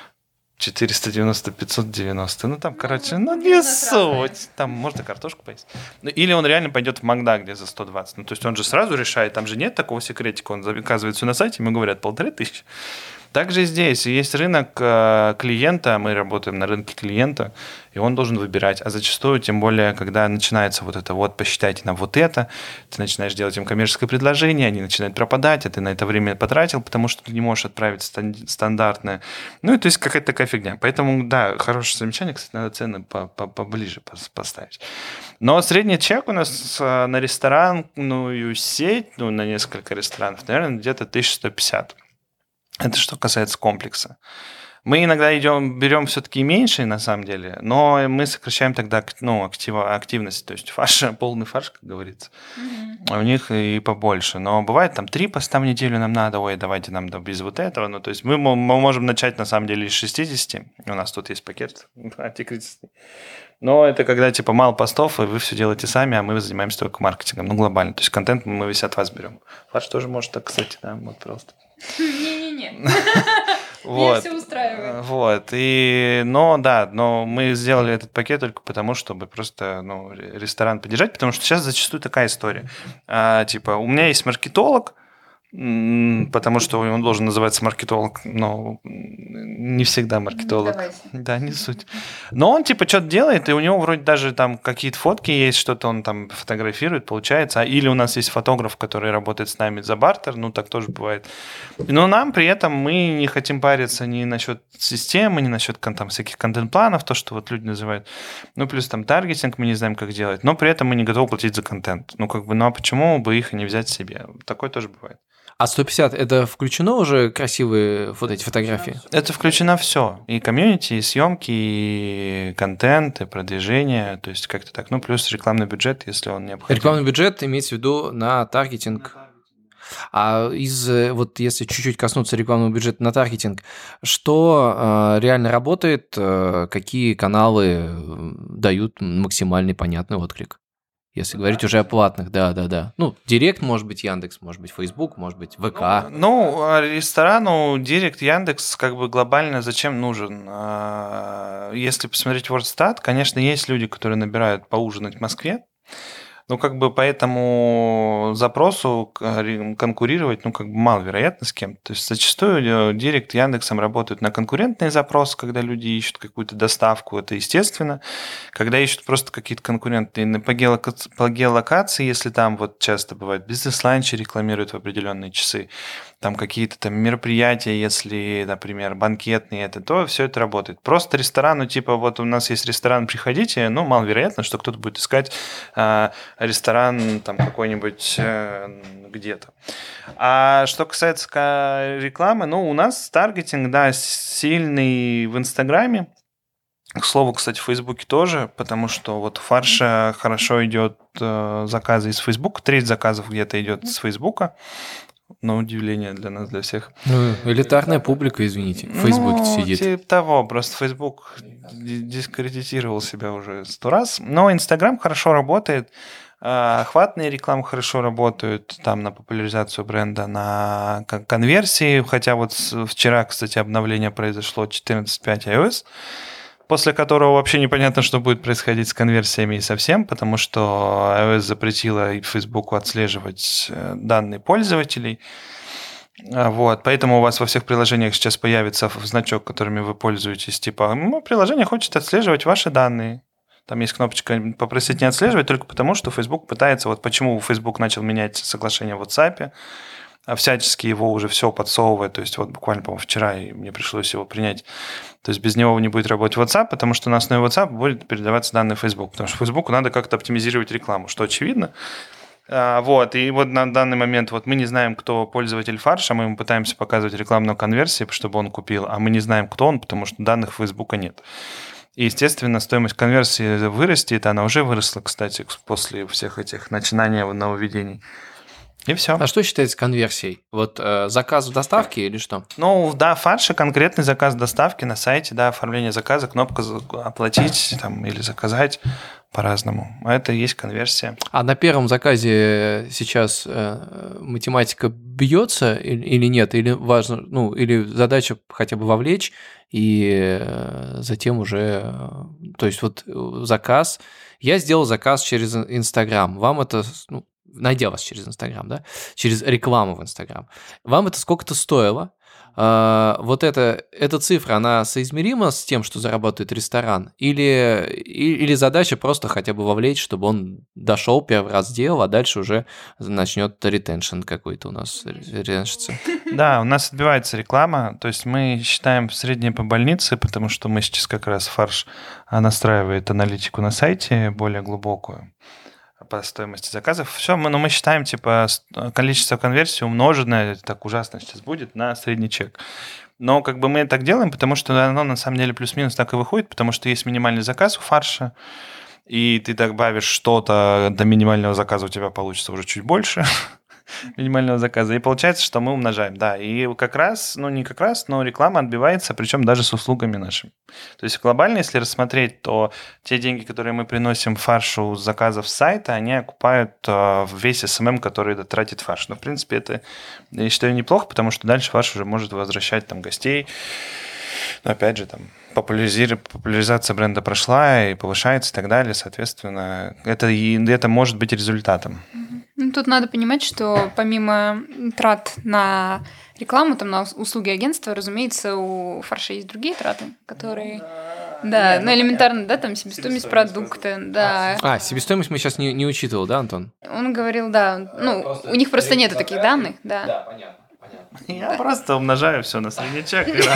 C: 490, 590. Ну, там, короче, ну, не суть. Там можно картошку поесть. Или он реально пойдет в Магда, где за 120. Ну, то есть он же сразу решает, там же нет такого секретика. Он заказывает все на сайте, ему говорят 1500. Также и здесь есть рынок клиента, мы работаем на рынке клиента, и он должен выбирать. А зачастую, тем более, когда начинается вот это вот, посчитайте нам вот это, ты начинаешь делать им коммерческое предложение, они начинают пропадать, а ты на это время потратил, потому что ты не можешь отправить стандартное. Ну, и то есть какая-то такая фигня. Поэтому, да, хорошее замечание, кстати, надо цены поближе поставить. Но средний чек у нас на ресторан, ну, и сеть, ну, на несколько ресторанов, наверное, где-то 1150. Это что касается комплекса. Мы иногда берем все-таки меньше, на самом деле, но мы сокращаем тогда активность. То есть фарш, полный фарш, как говорится. А у них и побольше. Но бывает там 3 поста в неделю нам надо, ой, давайте нам без вот этого. Ну, то есть мы можем начать, на самом деле, с 60. У нас тут есть пакет антикризисный. Но это когда типа мало постов, и вы все делаете сами, а мы занимаемся только маркетингом. Ну, глобально. То есть контент мы весь от вас берем. Фарш тоже может так, кстати, да, вот просто.
B: Не-не-не.
C: Вот.
B: Меня все устраивает.
C: Вот. Но мы сделали этот пакет только потому, чтобы просто ресторан поддержать, потому что сейчас зачастую такая история. Типа, у меня есть маркетолог, потому что он должен называться маркетолог, но не всегда маркетолог.
B: Давайте.
C: Да, не суть. Но он типа что-то делает, и у него вроде даже там какие-то фотки есть, что-то он там фотографирует, получается. Или у нас есть фотограф, который работает с нами за бартер, ну так тоже бывает. Но нам при этом мы не хотим париться ни насчет системы, ни насчет там всяких контент-планов, то, что вот люди называют. Ну плюс там таргетинг мы не знаем, как делать, но при этом мы не готовы платить за контент. Ну как бы, ну а почему бы их и не взять себе? Такое тоже бывает.
A: А 150 это включено уже красивые вот эти фотографии?
C: Это включено все. И комьюнити, и съемки, и контент, и продвижение. То есть как-то так. Ну, плюс рекламный бюджет, если он необходим.
A: Рекламный бюджет имеется в виду на таргетинг. А вот если чуть-чуть коснуться рекламного бюджета на таргетинг, что реально работает, какие каналы дают максимальный понятный отклик? Если говорить уже о платных, да. Ну, Директ, может быть, Яндекс, может быть, Facebook, может быть, ВК.
C: Ну, ресторану Директ, Яндекс как бы глобально зачем нужен? Если посмотреть WordStat, конечно, есть люди, которые набирают поужинать в Москве. Ну, как бы по этому запросу конкурировать, ну, как бы маловероятно с кем-то. То есть зачастую Директ, Яндексом работают на конкурентный запрос, когда люди ищут какую-то доставку, это естественно. Когда ищут просто какие-то конкурентные по геолокации, если там вот часто бывает бизнес-ланчи рекламируют в определенные часы, там какие-то там мероприятия, если, например, банкетные, то все это работает. Просто ресторану, типа, вот у нас есть ресторан, приходите, ну, маловероятно, что кто-то будет искать ресторан там какой-нибудь где-то. А что касается рекламы, ну, у нас таргетинг, да, сильный в Инстаграме. К слову, кстати, в Фейсбуке тоже, потому что вот у Фарша хорошо идет заказы из Фейсбука, треть заказов где-то идет с Фейсбука. На удивление для нас, для всех.
A: Ну, элитарная публика, извините, в Фейсбуке сидит.
C: Типа того, просто Фейсбук дискредитировал себя уже 100 раз. Но Инстаграм хорошо работает, охватные рекламы хорошо работают, там на популяризацию бренда, на конверсии, хотя вот вчера, кстати, обновление произошло 14.5 iOS, после которого вообще непонятно, что будет происходить с конверсиями и совсем, потому что iOS запретила Фейсбуку отслеживать данные пользователей. Вот, поэтому у вас во всех приложениях сейчас появится значок, которыми вы пользуетесь, типа, приложение хочет отслеживать ваши данные. Там есть кнопочка «Попросить не отслеживать» только потому, что Facebook пытается, вот почему Facebook начал менять соглашение в WhatsApp, а всячески его уже все подсовывает. То есть вот буквально, по-моему, вчера мне пришлось его принять. То есть без него не будет работать WhatsApp, потому что на основе WhatsApp будет передаваться данные Facebook. Потому что Facebook надо как-то оптимизировать рекламу, что очевидно. Вот, и вот на данный момент вот мы не знаем, кто пользователь фарша, мы ему пытаемся показывать рекламную конверсию, чтобы он купил, а мы не знаем, кто он, потому что данных Фейсбука нет. И, естественно, стоимость конверсии вырастет, она уже выросла, кстати, после всех этих начинаний нововведений. И все.
A: А что считается конверсией? Вот заказ в доставке или что?
C: Ну, да, фарша конкретный заказ доставки на сайте, да, оформление заказа, кнопка оплатить там, или заказать по-разному. А это и есть конверсия.
A: А на первом заказе сейчас математика бьется или нет? Или важно, ну, или задача хотя бы вовлечь и затем уже, то есть вот заказ. Я сделал заказ через Инстаграм. Вам это, ну, найдя вас через Инстаграм, да, через рекламу в Инстаграм. Вам это сколько-то стоило? Вот эта цифра, она соизмерима с тем, что заработает ресторан? Или задача просто хотя бы вовлечь, чтобы он дошел первый раз сделал, а дальше уже начнет ретеншн какой-то у нас ретеншиться?
C: Да, у нас отбивается реклама, то есть мы считаем среднее по больнице, потому что мы сейчас как раз фарш настраивает аналитику на сайте более глубокую по стоимости заказов. Все, мы считаем, типа, количество конверсий умноженное, это так ужасно сейчас будет, на средний чек. Но как бы мы так делаем, потому что оно на самом деле плюс-минус так и выходит, потому что есть минимальный заказ у фарша, и ты добавишь что-то до минимального заказа, у тебя получится уже чуть больше минимального заказа. И получается, что мы умножаем, да. И как раз, ну не как раз, но реклама отбивается, причем даже с услугами нашими. То есть глобально, если рассмотреть, то те деньги, которые мы приносим фаршу с заказов с сайта, они окупают весь СММ, который тратит фарш. Но, в принципе, это, я считаю, неплохо, потому что дальше фарш уже может возвращать там гостей. Но, опять же, там популяризация бренда прошла и повышается и так далее. Соответственно, это может быть результатом.
B: Ну, тут надо понимать, что помимо трат на рекламу, там, на услуги агентства, разумеется, у фарша есть другие траты, которые... Да, ну элементарно, да, там себестоимость продукта, да.
A: Себестоимость мы сейчас не учитывал, да, Антон?
B: Он говорил, да, ну, у них просто нету таких данных, да.
A: Да, понятно.
C: Я просто умножаю все на средний чек, и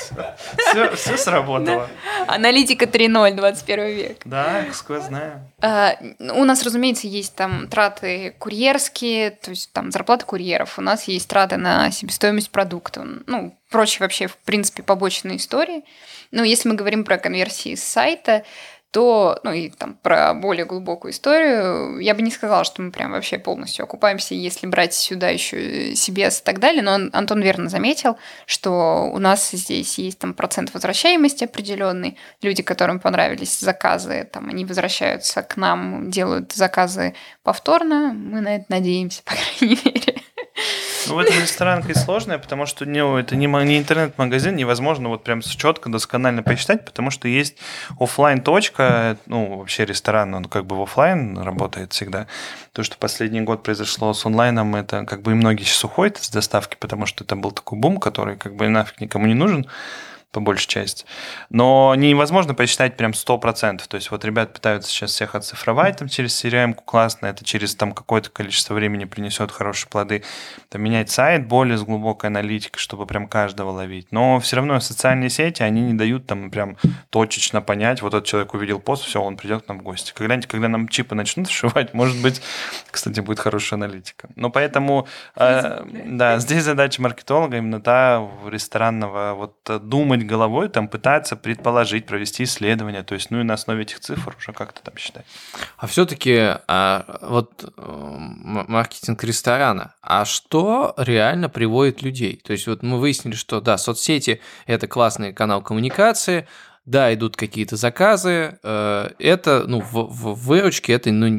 C: все сработало.
B: Аналитика 3.0, 21 век.
C: Да, сквозь знаю.
B: У нас, разумеется, есть там траты курьерские, то есть там зарплаты курьеров. У нас есть траты на себестоимость продукта. Ну, прочие вообще, в принципе, побочные истории. Но если мы говорим про конверсии с сайта, то, ну и там про более глубокую историю, я бы не сказала, что мы прям вообще полностью окупаемся, если брать сюда еще CBS и так далее, но Антон верно заметил, что у нас здесь есть там процент возвращаемости определенный, люди, которым понравились заказы, там они возвращаются к нам, делают заказы повторно, мы на это надеемся, по крайней мере.
C: Ну, в этом ресторанка сложная, потому что это не интернет-магазин, невозможно вот прям четко, досконально посчитать, потому что есть офлайн точка, ну, вообще ресторан, он как бы в офлайн работает всегда. То, что последний год произошло с онлайном, это как бы и многие сейчас уходят с доставки, потому что это был такой бум, который как бы нафиг никому не нужен, по большей части. Но невозможно посчитать прям 100%. То есть вот ребят пытаются сейчас всех оцифровать там, через CRM-ку классно, это через там какое-то количество времени принесет хорошие плоды. Там, менять сайт более с глубокой аналитикой, чтобы прям каждого ловить. Но все равно социальные сети, они не дают там прям точечно понять, вот этот человек увидел пост, все, он придет к нам в гости. Когда-нибудь, когда нам чипы начнут вшивать, может быть, кстати, будет хорошая аналитика. Но поэтому, да, здесь задача маркетолога именно та ресторанного, вот думать головой, там пытаться предположить, провести исследования, то есть, ну и на основе этих цифр уже как-то там считать.
A: А все-таки вот маркетинг ресторана, а что реально приводит людей? То есть вот мы выяснили, что да, соцсети – это классный канал коммуникации, да, идут какие-то заказы, это, ну, в выручке это, ну,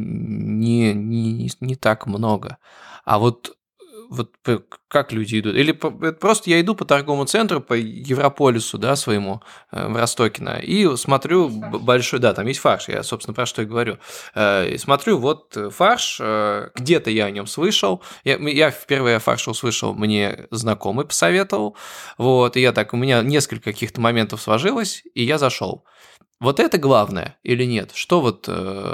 A: не так много. А вот как люди идут? Или просто я иду по торговому центру, по Европолису, да, своему, в Ростокино, и смотрю большой, да, там есть фарш, я, собственно, про что и говорю. И смотрю, вот фарш, где-то я о нем слышал, я впервые о фарше услышал, мне знакомый посоветовал, вот, и я так, у меня несколько каких-то моментов сложилось, и я зашел. Вот это главное или нет? Что вот...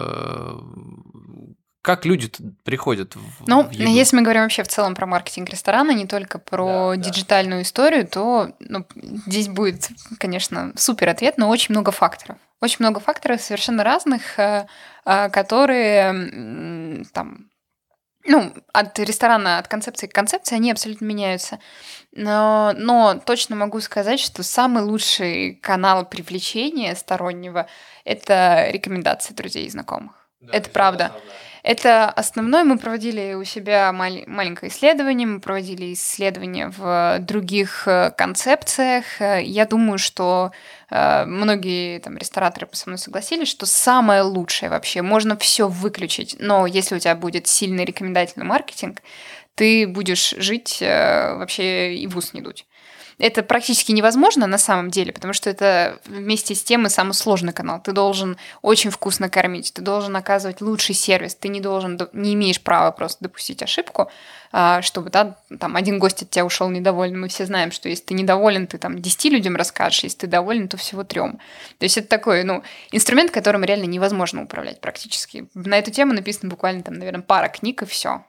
A: Как люди приходят в еду?
B: Если мы говорим вообще в целом про маркетинг ресторана, не только про диджитальную историю, то здесь будет, конечно, супер ответ, но очень много факторов. Очень много факторов совершенно разных, которые там от ресторана, от концепции к концепции они абсолютно меняются. Но точно могу сказать, что самый лучший канал привлечения стороннего – это рекомендации друзей и знакомых. Да, это правда. Это основное. Мы проводили у себя маленькое исследование, мы проводили исследования в других концепциях. Я думаю, что многие там рестораторы со мной согласились, что самое лучшее вообще, можно все выключить, но если у тебя будет сильный рекомендательный маркетинг, ты будешь жить вообще и в ус не дуть. Это практически невозможно на самом деле, потому что это вместе с тем и самый сложный канал. Ты должен очень вкусно кормить, ты должен оказывать лучший сервис, ты не имеешь права просто допустить ошибку, чтобы там один гость от тебя ушел недовольным. Мы все знаем, что если ты недоволен, ты там 10 людям расскажешь, если ты доволен, то всего 3. То есть это такой, инструмент, которым реально невозможно управлять практически. На эту тему написано буквально наверное, пара книг и все.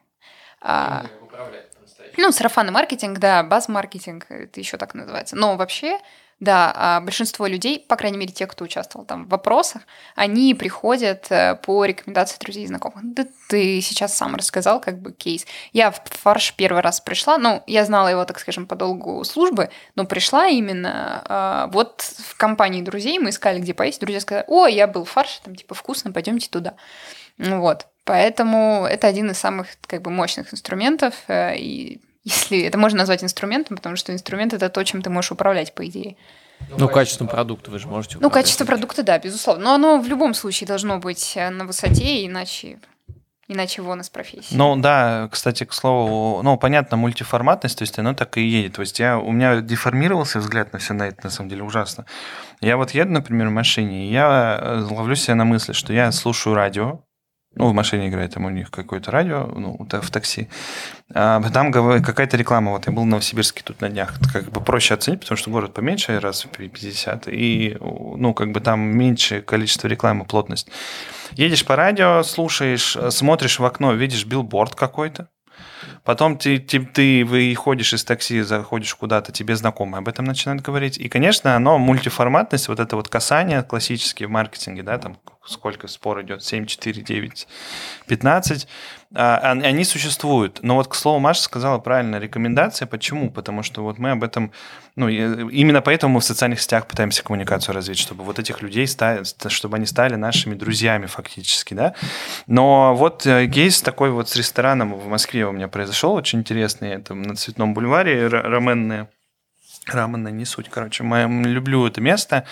B: Сарафанный маркетинг, да, баз-маркетинг, это еще так называется. Но вообще, да, большинство людей, по крайней мере, те, кто участвовал там в вопросах, они приходят по рекомендации друзей и знакомых. Да ты сейчас сам рассказал кейс. Я в фарш первый раз пришла, я знала его, так скажем, по долгу службы, но пришла именно вот в компании друзей, мы искали, где поесть, друзья сказали: я был в фарше, вкусно, пойдемте туда. Вот. Поэтому это один из самых мощных инструментов, и если это можно назвать инструментом, потому что инструмент – это то, чем ты можешь управлять, по идее.
A: Качество продукта вы же можете управлять.
B: Качество продукта, да, безусловно. Но оно в любом случае должно быть на высоте, иначе вон из профессии.
C: Да, кстати, к слову, понятно, мультиформатность, то есть оно так и едет. То есть у меня деформировался взгляд на все на это, на самом деле, ужасно. Я еду, например, в машине, и я ловлю себя на мысли, что я слушаю радио, в машине играет, там у них какое-то радио, в такси. Там какая-то реклама. Я был в Новосибирске тут на днях. Проще оценить, потому что город поменьше, раз в 50, и там меньше количество рекламы, плотность. Едешь по радио, слушаешь, смотришь в окно, видишь билборд какой-то. Потом ты выходишь из такси, заходишь куда-то, тебе знакомые об этом начинают говорить. И, конечно, мультиформатность, это касание классические в маркетинге, да, там сколько спор идет, 7, 4, 9, 15, они существуют. Но к слову, Маша сказала правильно, рекомендация. Почему? Потому что мы об этом, именно поэтому мы в социальных сетях пытаемся коммуникацию развить, чтобы этих людей чтобы они стали нашими друзьями фактически, да. Но кейс такой с рестораном в Москве у меня произошел, очень интересный, это на Цветном бульваре, раменная, не суть, люблю это место.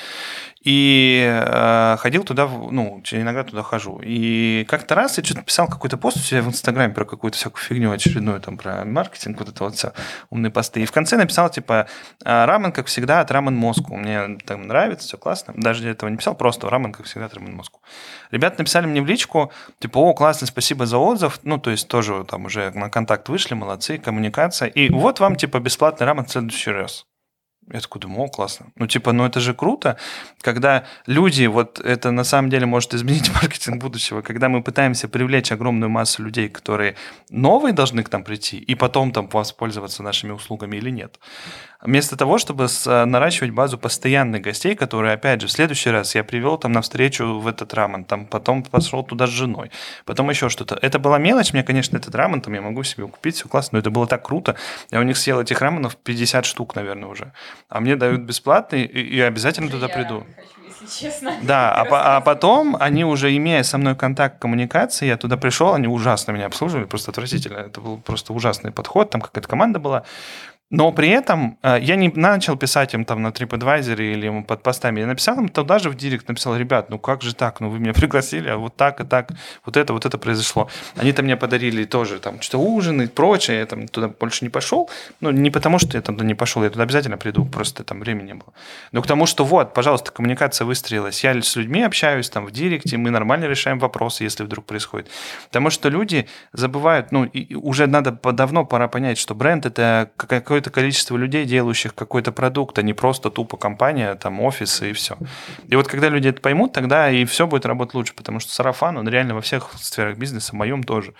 C: И ходил туда, иногда туда хожу. И как-то раз я что-то писал какой-то пост у себя в Инстаграме про какую-то всякую фигню очередную, про маркетинг, все, умные посты. И в конце написал, рамен, как всегда, от Ramen Moscow. Мне там нравится, все классно. Даже для этого не писал, просто рамен, как всегда, от Ramen Moscow. Ребята написали мне в личку, классно, спасибо за отзыв. То есть тоже там уже на контакт вышли, молодцы, коммуникация. И вам, бесплатный рамен в следующий раз. Я такой думаю, классно. Это же круто, когда люди, это на самом деле может изменить маркетинг будущего, когда мы пытаемся привлечь огромную массу людей, которые новые должны к нам прийти, и потом воспользоваться нашими услугами или нет. Вместо того, чтобы наращивать базу постоянных гостей, которые, опять же, в следующий раз я привел на встречу в этот рамен, потом пошел туда с женой, потом еще что-то. Это была мелочь, мне, конечно, этот рамен, я могу себе купить, все классно, но это было так круто. Я у них съел этих раменов 50 штук, наверное, уже. А мне дают бесплатный, и я обязательно туда приду.
B: Честно.
C: Да, а потом они уже, имея со мной контакт коммуникации, я туда пришел, они ужасно меня обслуживали, просто отвратительно. Это был просто ужасный подход, там какая-то команда была. Но при этом я не начал писать им на TripAdvisor или ему под постами. Я написал им туда же в директ, написал: ребят, как же так? Вы меня пригласили, а так и так, вот это произошло. Они мне подарили тоже что-то ужин и прочее. Я туда больше не пошел. Не потому, что я туда не пошел, я туда обязательно приду, просто времени не было. Но к тому, что пожалуйста, коммуникация выстроилась. Я с людьми общаюсь в директе, мы нормально решаем вопросы, если вдруг происходит. Потому что люди забывают, и уже давно пора понять, что бренд – это какое-то количество людей, делающих какой-то продукт, а не просто тупо компания, офис и все. И когда люди это поймут, тогда и все будет работать лучше, потому что сарафан, он реально во всех сферах бизнеса, в моем тоже.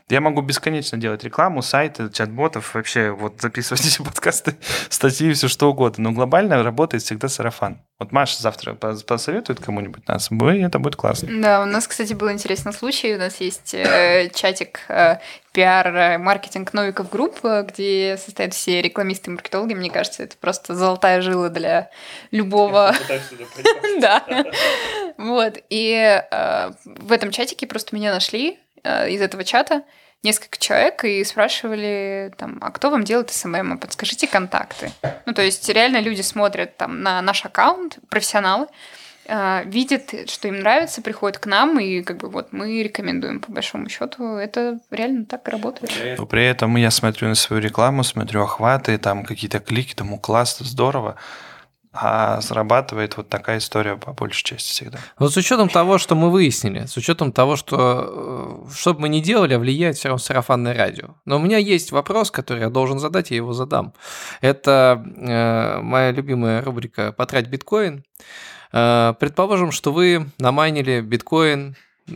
C: Я могу бесконечно делать рекламу, сайты, чат-ботов, вообще вот записывать эти подкасты, статьи, все что угодно. Но глобально работает всегда сарафан. Вот Маша завтра посоветует кому-нибудь нас, и это будет классно.
B: Да, у нас, кстати, был интересный случай. У нас есть чатик пиар-маркетинг Новиков Групп, где состоят все рекламисты и маркетологи. Мне кажется, это просто золотая жила для любого... Да. Вот. И в этом чатике просто меня нашли из этого чата несколько человек и спрашивали, там, а кто вам делает СММ, подскажите контакты. Ну, то есть реально люди смотрят там на наш аккаунт, профессионалы, видят, что им нравится, приходят к нам, и как бы вот мы рекомендуем, по большому счету, это реально так работает.
C: При этом я смотрю на свою рекламу, смотрю охваты, там какие-то клики, тому классно, здорово. А срабатывает вот такая история по большей части всегда.
A: Вот с учетом того, что мы выяснили, с учетом того, что бы мы ни делали, влияет все равно сарафанное радио. Но у меня есть вопрос, который я должен задать, я его задам. Это моя любимая рубрика «Потрать биткоин». Предположим, что вы намайнили биткоин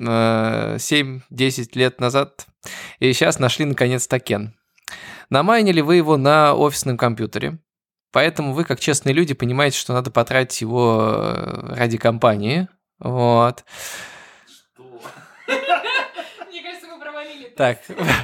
A: 7-10 лет назад, и сейчас нашли наконец токен. Намайнили вы его на офисном компьютере. Поэтому вы, как честные люди, понимаете, что надо потратить его ради компании. Вот.
B: Мне кажется, мы провалили.
A: Так,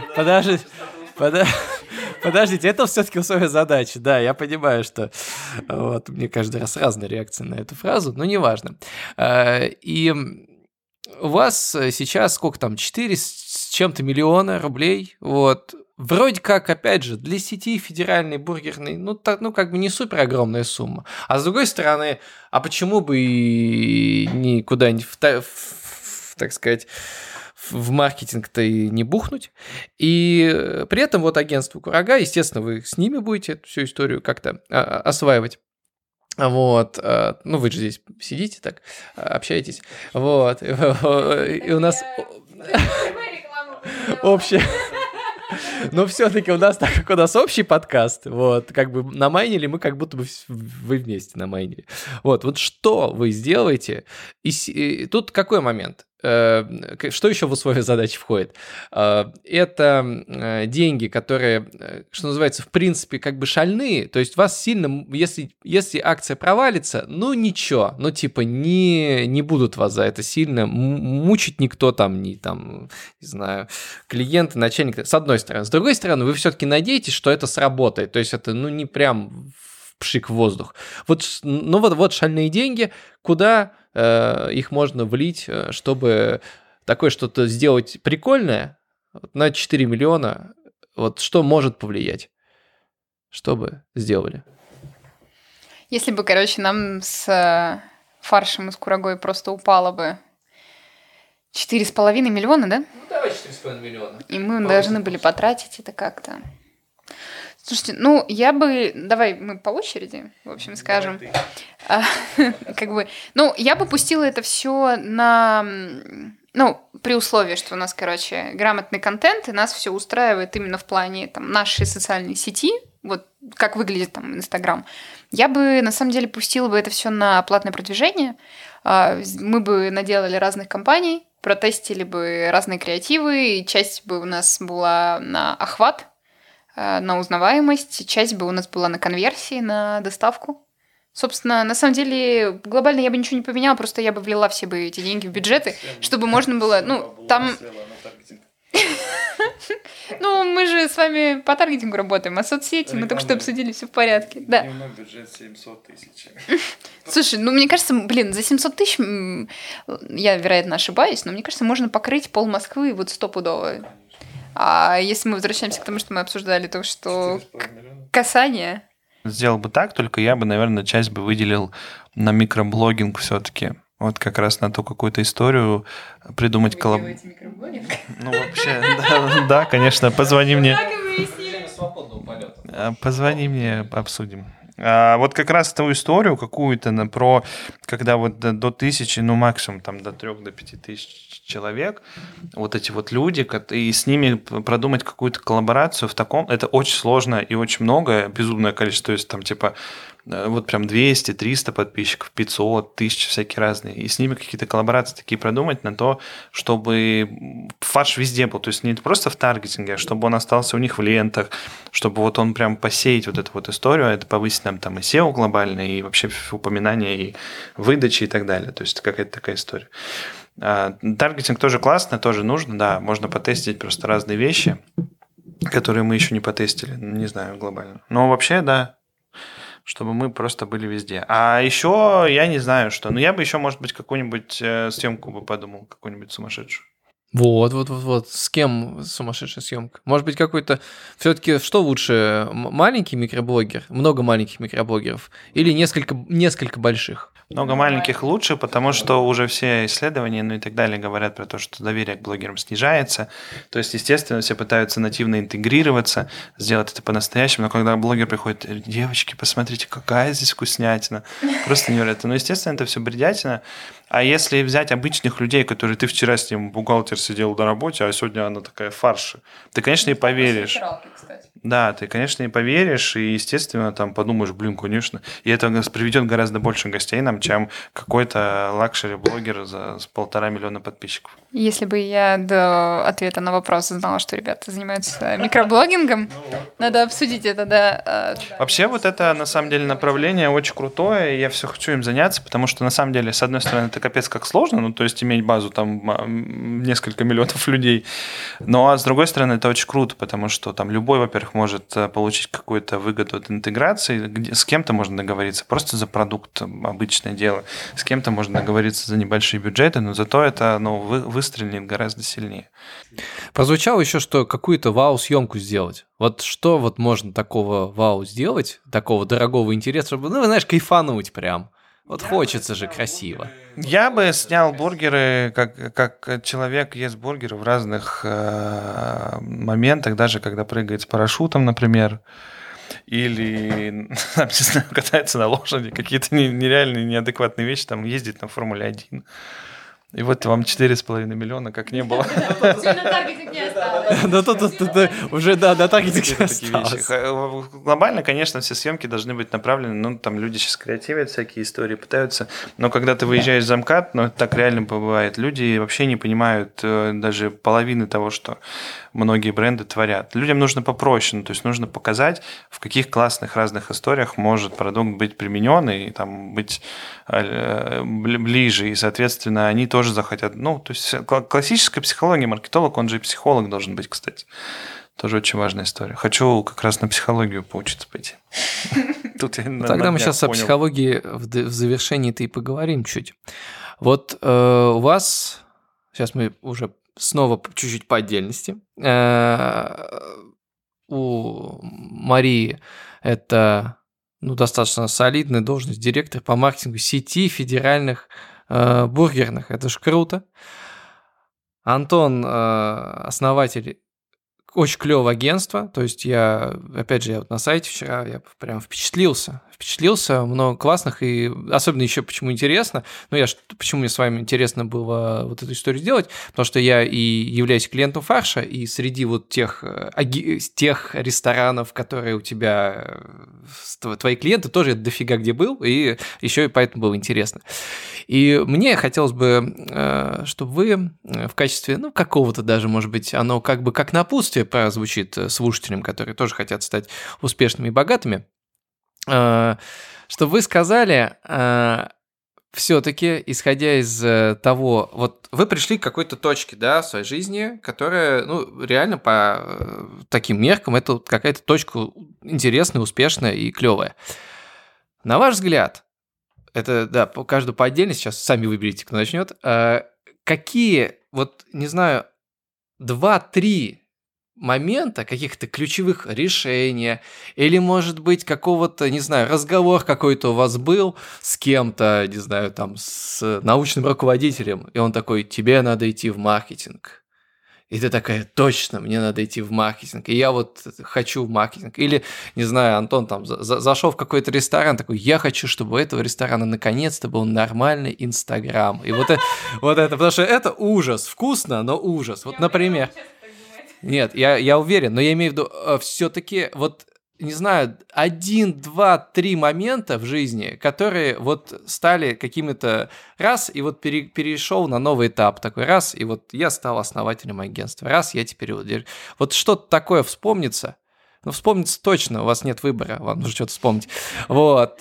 A: подождите, это все-таки условие задачи. Да, я понимаю, что вот, мне каждый раз разная реакция на эту фразу, но неважно. И у вас сейчас сколько там, 4 с чем-то миллиона рублей, вот. Вроде как, опять же, для сети федеральной бургерной, как бы не супер огромная сумма. А с другой стороны, а почему бы и не куда-нибудь, так сказать, в маркетинг-то и не бухнуть? И при этом вот агентство Курага, естественно, вы с ними будете эту всю историю как-то осваивать. Вот, ну вы же здесь сидите так, общаетесь, вот, и у нас общее... Но все-таки у нас, так как у нас общий подкаст, вот, как бы намайнили, мы как будто бы вы вместе намайнили. Вот что вы сделаете? И тут какой момент? Что еще в условия задачи входит? Это деньги, которые, что называется, в принципе, как бы шальные, то есть вас сильно, если акция провалится, ну ничего, ну типа не будут вас за это сильно мучить никто там, не знаю, клиенты, начальник, с одной стороны. С другой стороны, вы все-таки надеетесь, что это сработает, то есть это, не прям пшик в воздух. Вот шальные деньги, куда их можно влить, чтобы такое что-то сделать прикольное на 4 миллиона. Вот что может повлиять? Что бы сделали?
B: Если бы, нам с фаршем и с курагой просто упало бы 4,5 миллиона, да?
A: Ну, давай 4,5 миллиона.
B: И мы должны были потратить это как-то. Слушайте, давай мы по очереди, в общем, скажем. Я бы пустила это все при условии, что у нас, грамотный контент, и нас все устраивает именно в плане нашей социальной сети, вот как выглядит Инстаграм. Я бы, на самом деле, пустила бы это все на платное продвижение. Мы бы наделали разных компаний, протестили бы разные креативы, и часть бы у нас была на охват, на узнаваемость, часть бы у нас была на конверсии, на доставку. Собственно, на самом деле, глобально я бы ничего не поменяла, просто я бы влила все бы эти деньги в бюджеты, чтобы можно было, там... мы же с вами по таргетингу работаем, а соцсети, мы только что обсудили, все в порядке. Да.
C: Дневной бюджет 700 тысяч.
B: Слушай, мне кажется, за 700 тысяч, я, вероятно, ошибаюсь, но мне кажется, можно покрыть пол Москвы вот стопудово. А если мы возвращаемся к тому, что мы обсуждали, то что касание...
C: Сделал бы так, только я бы, наверное, часть бы выделил на микроблогинг все-таки. Вот как раз на ту какую-то историю придумать
B: делаете микроблогинг?
C: Вообще, да, конечно, позвони мне. Позвони мне, обсудим. Вот как раз ту историю какую-то про, когда вот до 1000, максимум там до 3 до 5 тысяч человек, вот эти вот люди, и с ними продумать какую-то коллаборацию в таком, это очень сложно и очень много, безумное количество, то есть там вот прям 200, 300 подписчиков, 500, 1000, всякие разные. И с ними какие-то коллаборации такие продумать на то, чтобы фарш везде был. То есть не просто в таргетинге, а чтобы он остался у них в лентах, чтобы вот он прям посеять вот эту вот историю, это повысить нам там и SEO глобально, и вообще упоминания, и выдачи и так далее. То есть какая-то такая история. Таргетинг тоже классно, тоже нужно, да, можно потестить просто разные вещи, которые мы еще не потестили, не знаю, глобально. Но вообще, да, чтобы мы просто были везде. А еще я не знаю, что. Но я бы еще, может быть, какую-нибудь съемку бы подумал, какую-нибудь сумасшедшую.
A: Вот. С кем сумасшедшая съемка? Может быть, какой-то... Все-таки что лучше, маленький микроблогер, много маленьких микроблогеров или несколько больших?
C: Много маленьких лучше, потому что уже все исследования, ну и так далее, говорят про то, что доверие к блогерам снижается. То есть, естественно, все пытаются нативно интегрироваться, сделать это по-настоящему. Но когда блогер приходит, девочки, посмотрите, какая здесь вкуснятина. Просто невероятно. Ну, естественно, это все бредятина. А если взять обычных людей, которые ты вчера с ним бухгалтер сидел на работе, а сегодня она такая фарш, ты, конечно, и поверишь. Да, ты, конечно, и поверишь, и, естественно, там подумаешь, блин, конечно. И это приведет гораздо больше гостей нам, чем какой-то лакшери-блогер с 1,5 миллиона подписчиков.
B: Если бы я до ответа на вопрос знала, что ребята занимаются микроблогингом, надо обсудить это, да.
C: Вообще вот это, на самом деле, направление очень крутое, и я все хочу им заняться, потому что, на самом деле, с одной стороны, это капец как сложно, ну, то есть иметь базу там несколько миллионов людей, но, с другой стороны, это очень круто, потому что там любой, во-первых, может получить какую-то выгоду от интеграции, с кем-то можно договориться просто за продукт, обычное дело, с кем-то можно договориться за небольшие бюджеты, но зато это, выстрелит гораздо сильнее.
A: Прозвучало еще, что какую-то вау-съемку сделать. Вот что вот можно такого вау сделать, такого дорогого интереса, чтобы, вы знаешь, кайфануть прям. Вот хочется же красиво.
C: Я бы снял бургеры, как человек ест бургеры в разных моментах, даже когда прыгает с парашютом, например, или, не знаю, катается на лошади, какие-то нереальные, неадекватные вещи, там ездит на Формуле-1. И вот вам 4,5 миллиона, как не было.
B: Таргетинг не осталось.
A: Да тут уже, да, на таргетинг не осталось.
C: Глобально, конечно, все съемки должны быть направлены, ну, там люди сейчас креативят всякие истории, пытаются, но когда ты выезжаешь за МКАД, ну, так реально бывает, люди вообще не понимают даже половины того, что многие бренды творят. Людям нужно попроще, ну, то есть нужно показать, в каких классных разных историях может продукт быть применен и там быть ближе, и, соответственно, они тоже захотят. Ну, то есть классическая психология, маркетолог, он же и психолог должен быть, кстати. Тоже очень важная история. Хочу как раз на психологию поучиться пойти.
A: Тогда мы сейчас о психологии в завершении-то и поговорим чуть. Вот у вас, сейчас мы уже снова чуть-чуть по отдельности. У Марии это достаточно солидная должность, директор по маркетингу сети федеральных бургерных. Это ж круто. Антон основатель очень клевого агентства, то есть я, опять же, на сайте вчера я прям впечатлился, много классных, и особенно еще почему интересно, почему мне с вами интересно было вот эту историю сделать, потому что я и являюсь клиентом фарша, и среди вот тех ресторанов, которые у тебя, твои клиенты, тоже дофига где был, и еще и поэтому было интересно. И мне хотелось бы, чтобы вы в качестве, какого-то даже, может быть, оно как бы как напутствие прозвучит слушателям, которые тоже хотят стать успешными и богатыми, чтобы вы сказали, все-таки, исходя из того, вот вы пришли к какой-то точке, да, в своей жизни, которая, реально по таким меркам, это какая-то точка интересная, успешная и клевая. На ваш взгляд, это, да, каждую по отдельности, сейчас сами выберите, кто начнет, какие, вот, не знаю, 2-3 момента, каких-то ключевых решения, или, может быть, какого-то, не знаю, разговор какой-то у вас был с кем-то, не знаю, там, с научным руководителем, и он такой, тебе надо идти в маркетинг. И ты такая, точно, мне надо идти в маркетинг, и я вот хочу в маркетинг. Или, не знаю, Антон там зашел в какой-то ресторан, такой, я хочу, чтобы у этого ресторана наконец-то был нормальный Инстаграм. И вот это, потому что это ужас, вкусно, но ужас. Вот, например... Нет, я уверен, но я имею в виду, все-таки вот не знаю, 1, 2, 3 момента в жизни, которые вот стали какими-то раз, и вот перешел на новый этап такой раз, и вот я стал основателем агентства, раз, я теперь вот что-то такое вспомнится. Ну, вспомнится точно, у вас нет выбора, вам нужно что-то вспомнить. Вот.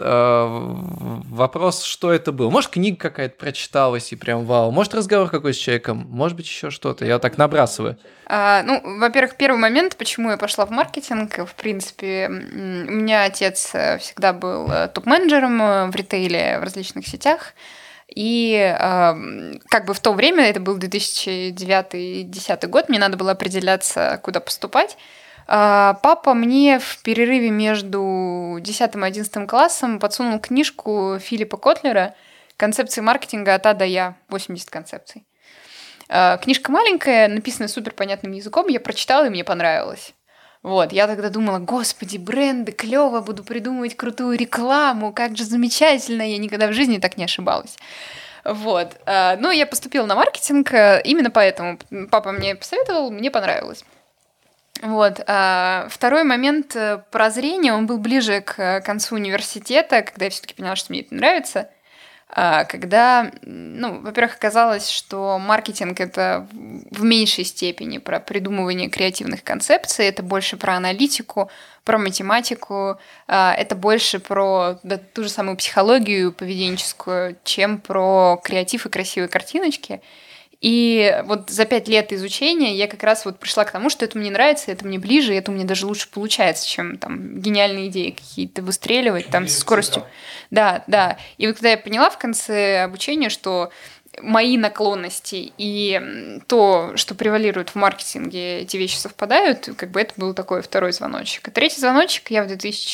A: Вопрос, что это было. Может, книга какая-то прочиталась и прям вау. Может, разговор какой-то с человеком. Может быть, еще что-то. Я так набрасываю.
B: Во-первых, первый момент, почему я пошла в маркетинг. В принципе, у меня отец всегда был топ-менеджером в ритейле, в различных сетях. И как бы в то время, это был 2009-2010 год, мне надо было определяться, куда поступать. Папа мне в перерыве между 10 и 11 классом подсунул книжку Филиппа Котлера «Концепции маркетинга от А до Я». 80 концепций. Книжка маленькая, написанная супер понятным языком, я прочитала, и мне понравилось. Вот, я тогда думала, господи, бренды, клево, буду придумывать крутую рекламу, как же замечательно, я никогда в жизни так не ошибалась. Вот, но я поступила на маркетинг, именно поэтому папа мне посоветовал, мне понравилось. Вот. Второй момент прозрения, он был ближе к концу университета, когда я все-таки поняла, что мне это нравится. Когда, во-первых, оказалось, что маркетинг — это в меньшей степени про придумывание креативных концепций, это больше про аналитику, про математику, это больше про ту же самую психологию поведенческую, чем про креатив и красивые картиночки. И вот за 5 лет изучения я как раз вот пришла к тому, что это мне нравится, это мне ближе, и это у меня даже лучше получается, чем там гениальные идеи какие-то выстреливать там со скоростью. Да. И вот когда я поняла в конце обучения, что мои наклонности и то, что превалирует в маркетинге, эти вещи совпадают, как бы это был такой второй звоночек. И третий звоночек, я в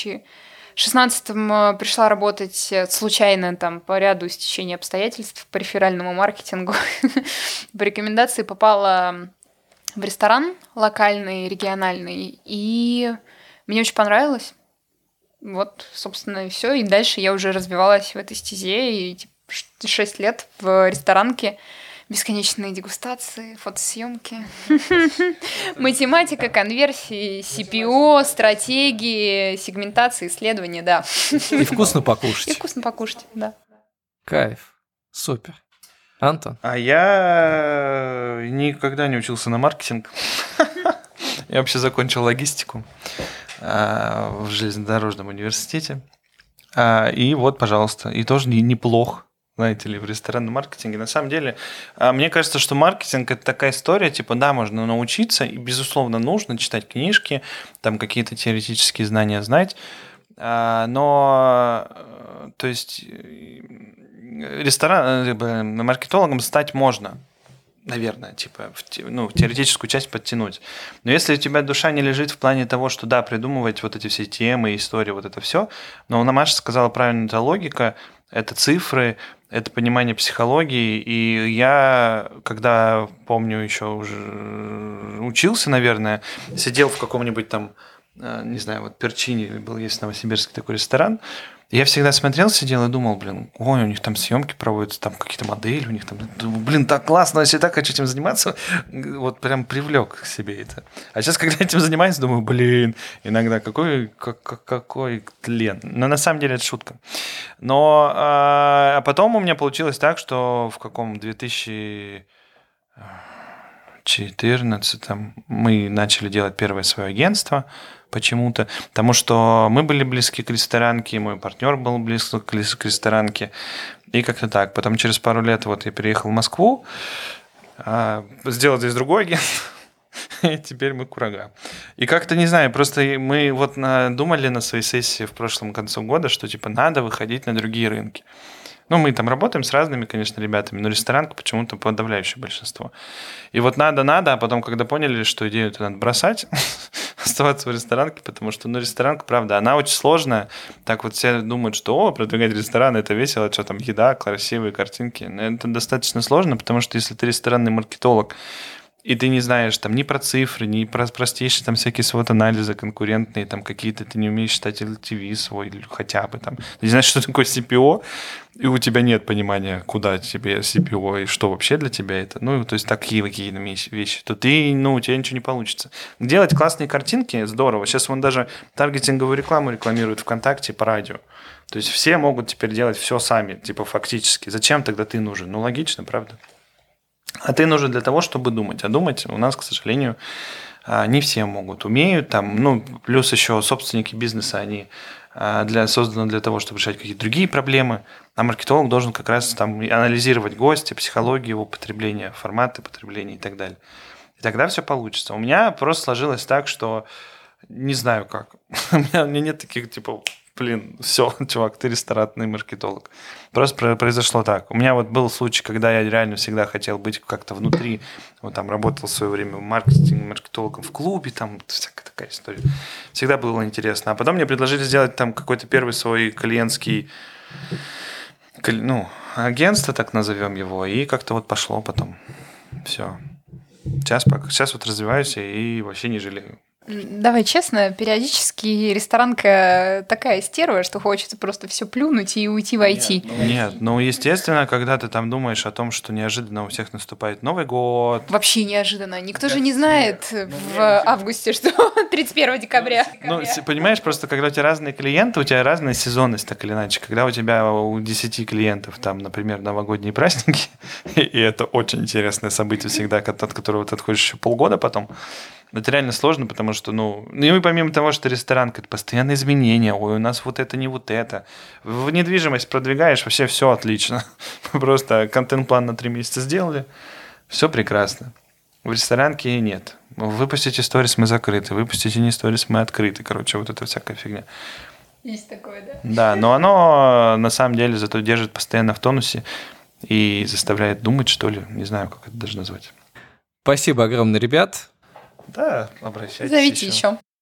B: 2016-м пришла работать случайно там по ряду стечения обстоятельств по реферальному маркетингу. По рекомендации попала в ресторан локальный, региональный, и мне очень понравилось. Вот, собственно, и все. И дальше я уже развивалась в этой стезе, и 6 лет в ресторанке. Бесконечные дегустации, фотосъемки, математика, конверсии, CPO, стратегии, сегментации, исследования, да.
A: И вкусно покушать.
B: И вкусно покушать, да.
A: Кайф. Супер. Антон?
C: А я никогда не учился на маркетинг. Я вообще закончил логистику в железнодорожном университете. И вот, пожалуйста, и тоже неплохо. Знаете ли, в ресторанном маркетинге. На самом деле, мне кажется, что маркетинг – это такая история, типа, да, можно научиться, и, безусловно, нужно читать книжки, там какие-то теоретические знания знать, но, то есть, маркетологом стать можно, наверное, типа, в теоретическую часть подтянуть. Но если у тебя душа не лежит в плане того, что, да, придумывать вот эти все темы, истории, вот это все, но Маша сказала правильно, это логика, это цифры, это понимание психологии. И я, когда, помню, еще уже учился, наверное, сидел в каком-нибудь там, не знаю, вот Перчини был, есть в Новосибирске такой ресторан, я всегда смотрел, сидел и думал, ой, у них там съемки проводятся, там какие-то модели, у них там, так классно, я так хочу этим заниматься, вот прям привлек к себе это. А сейчас, когда этим занимаюсь, думаю, иногда какой тлен. Но на самом деле это шутка. Но а потом у меня получилось так, что в каком 2014 мы начали делать первое свое агентство почему-то, потому что мы были близки к ресторанке, мой партнер был близко к ресторанке, и как-то так. Потом через пару лет вот я переехал в Москву, сделал здесь другой агентство, и теперь мы курага. И как-то, не знаю, просто мы вот думали на своей сессии в прошлом конце года, что типа надо выходить на другие рынки. Мы там работаем с разными, конечно, ребятами, но ресторанка почему-то подавляющее большинство. И вот надо, а потом, когда поняли, что идею это надо бросать, оставаться в ресторанке, потому что, ресторанка, правда, она очень сложная. Так вот все думают, что, продвигать ресторан, это весело, что там еда, красивые картинки. Но это достаточно сложно, потому что если ты ресторанный маркетолог, и ты не знаешь там ни про цифры, ни про простейшие там всякие свод-анализы конкурентные, там какие-то ты не умеешь считать LTV свой, или хотя бы там. Ты не знаешь, что такое CPO, и у тебя нет понимания, куда тебе CPO и что вообще для тебя это. Ну, то есть такие какие-то вещи. То ты, у тебя ничего не получится. Делать классные картинки здорово. Сейчас вон даже таргетинговую рекламу рекламируют ВКонтакте по радио. То есть все могут теперь делать все сами, типа фактически. Зачем тогда ты нужен? Ну, логично, правда? А ты нужен для того, чтобы думать. А думать у нас, к сожалению, не все могут. Умеют там, плюс еще собственники бизнеса, они созданы для того, чтобы решать какие-то другие проблемы. А маркетолог должен как раз там анализировать гостя, психологию его потребления, форматы потребления и так далее. И тогда все получится. У меня просто сложилось так, что не знаю как. У меня нет таких, типа, все, чувак, ты ресторанный маркетолог. Просто произошло так. У меня вот был случай, когда я реально всегда хотел быть как-то внутри. Вот там работал в свое время маркетологом в клубе, там всякая такая история. Всегда было интересно. А потом мне предложили сделать там какой-то первый свой клиентский, агентство, так назовем его, и как-то вот пошло потом. Все. Сейчас вот развиваюсь и вообще не жалею.
B: Давай честно, периодически ресторанка такая стерва, что хочется просто все плюнуть и уйти в IT.
C: Нет, естественно, когда ты там думаешь о том, что неожиданно у всех наступает Новый год.
B: Вообще неожиданно. Никто же не знает в августе, что 31 декабря.
C: Понимаешь, просто когда у тебя разные клиенты, у тебя разная сезонность, так или иначе. Когда у тебя у 10 клиентов, там, например, новогодние праздники, и это очень интересное событие всегда, от которого ты отходишь еще полгода потом, это реально сложно, потому что, и помимо того, что ресторан, это постоянные изменения, ой, у нас вот это, не вот это. В недвижимость продвигаешь, вообще все отлично. Просто контент-план на 3 месяца сделали, все прекрасно. В ресторанке нет. Выпустите сторис, мы закрыты. Выпустите не сторис, мы открыты. Короче, вот это всякая фигня.
B: Есть такое, да?
C: Да, но оно на самом деле зато держит постоянно в тонусе и заставляет думать, что ли. Не знаю, как это даже назвать.
A: Спасибо огромное, ребят.
C: Да, обращайтесь.
B: Зовите еще.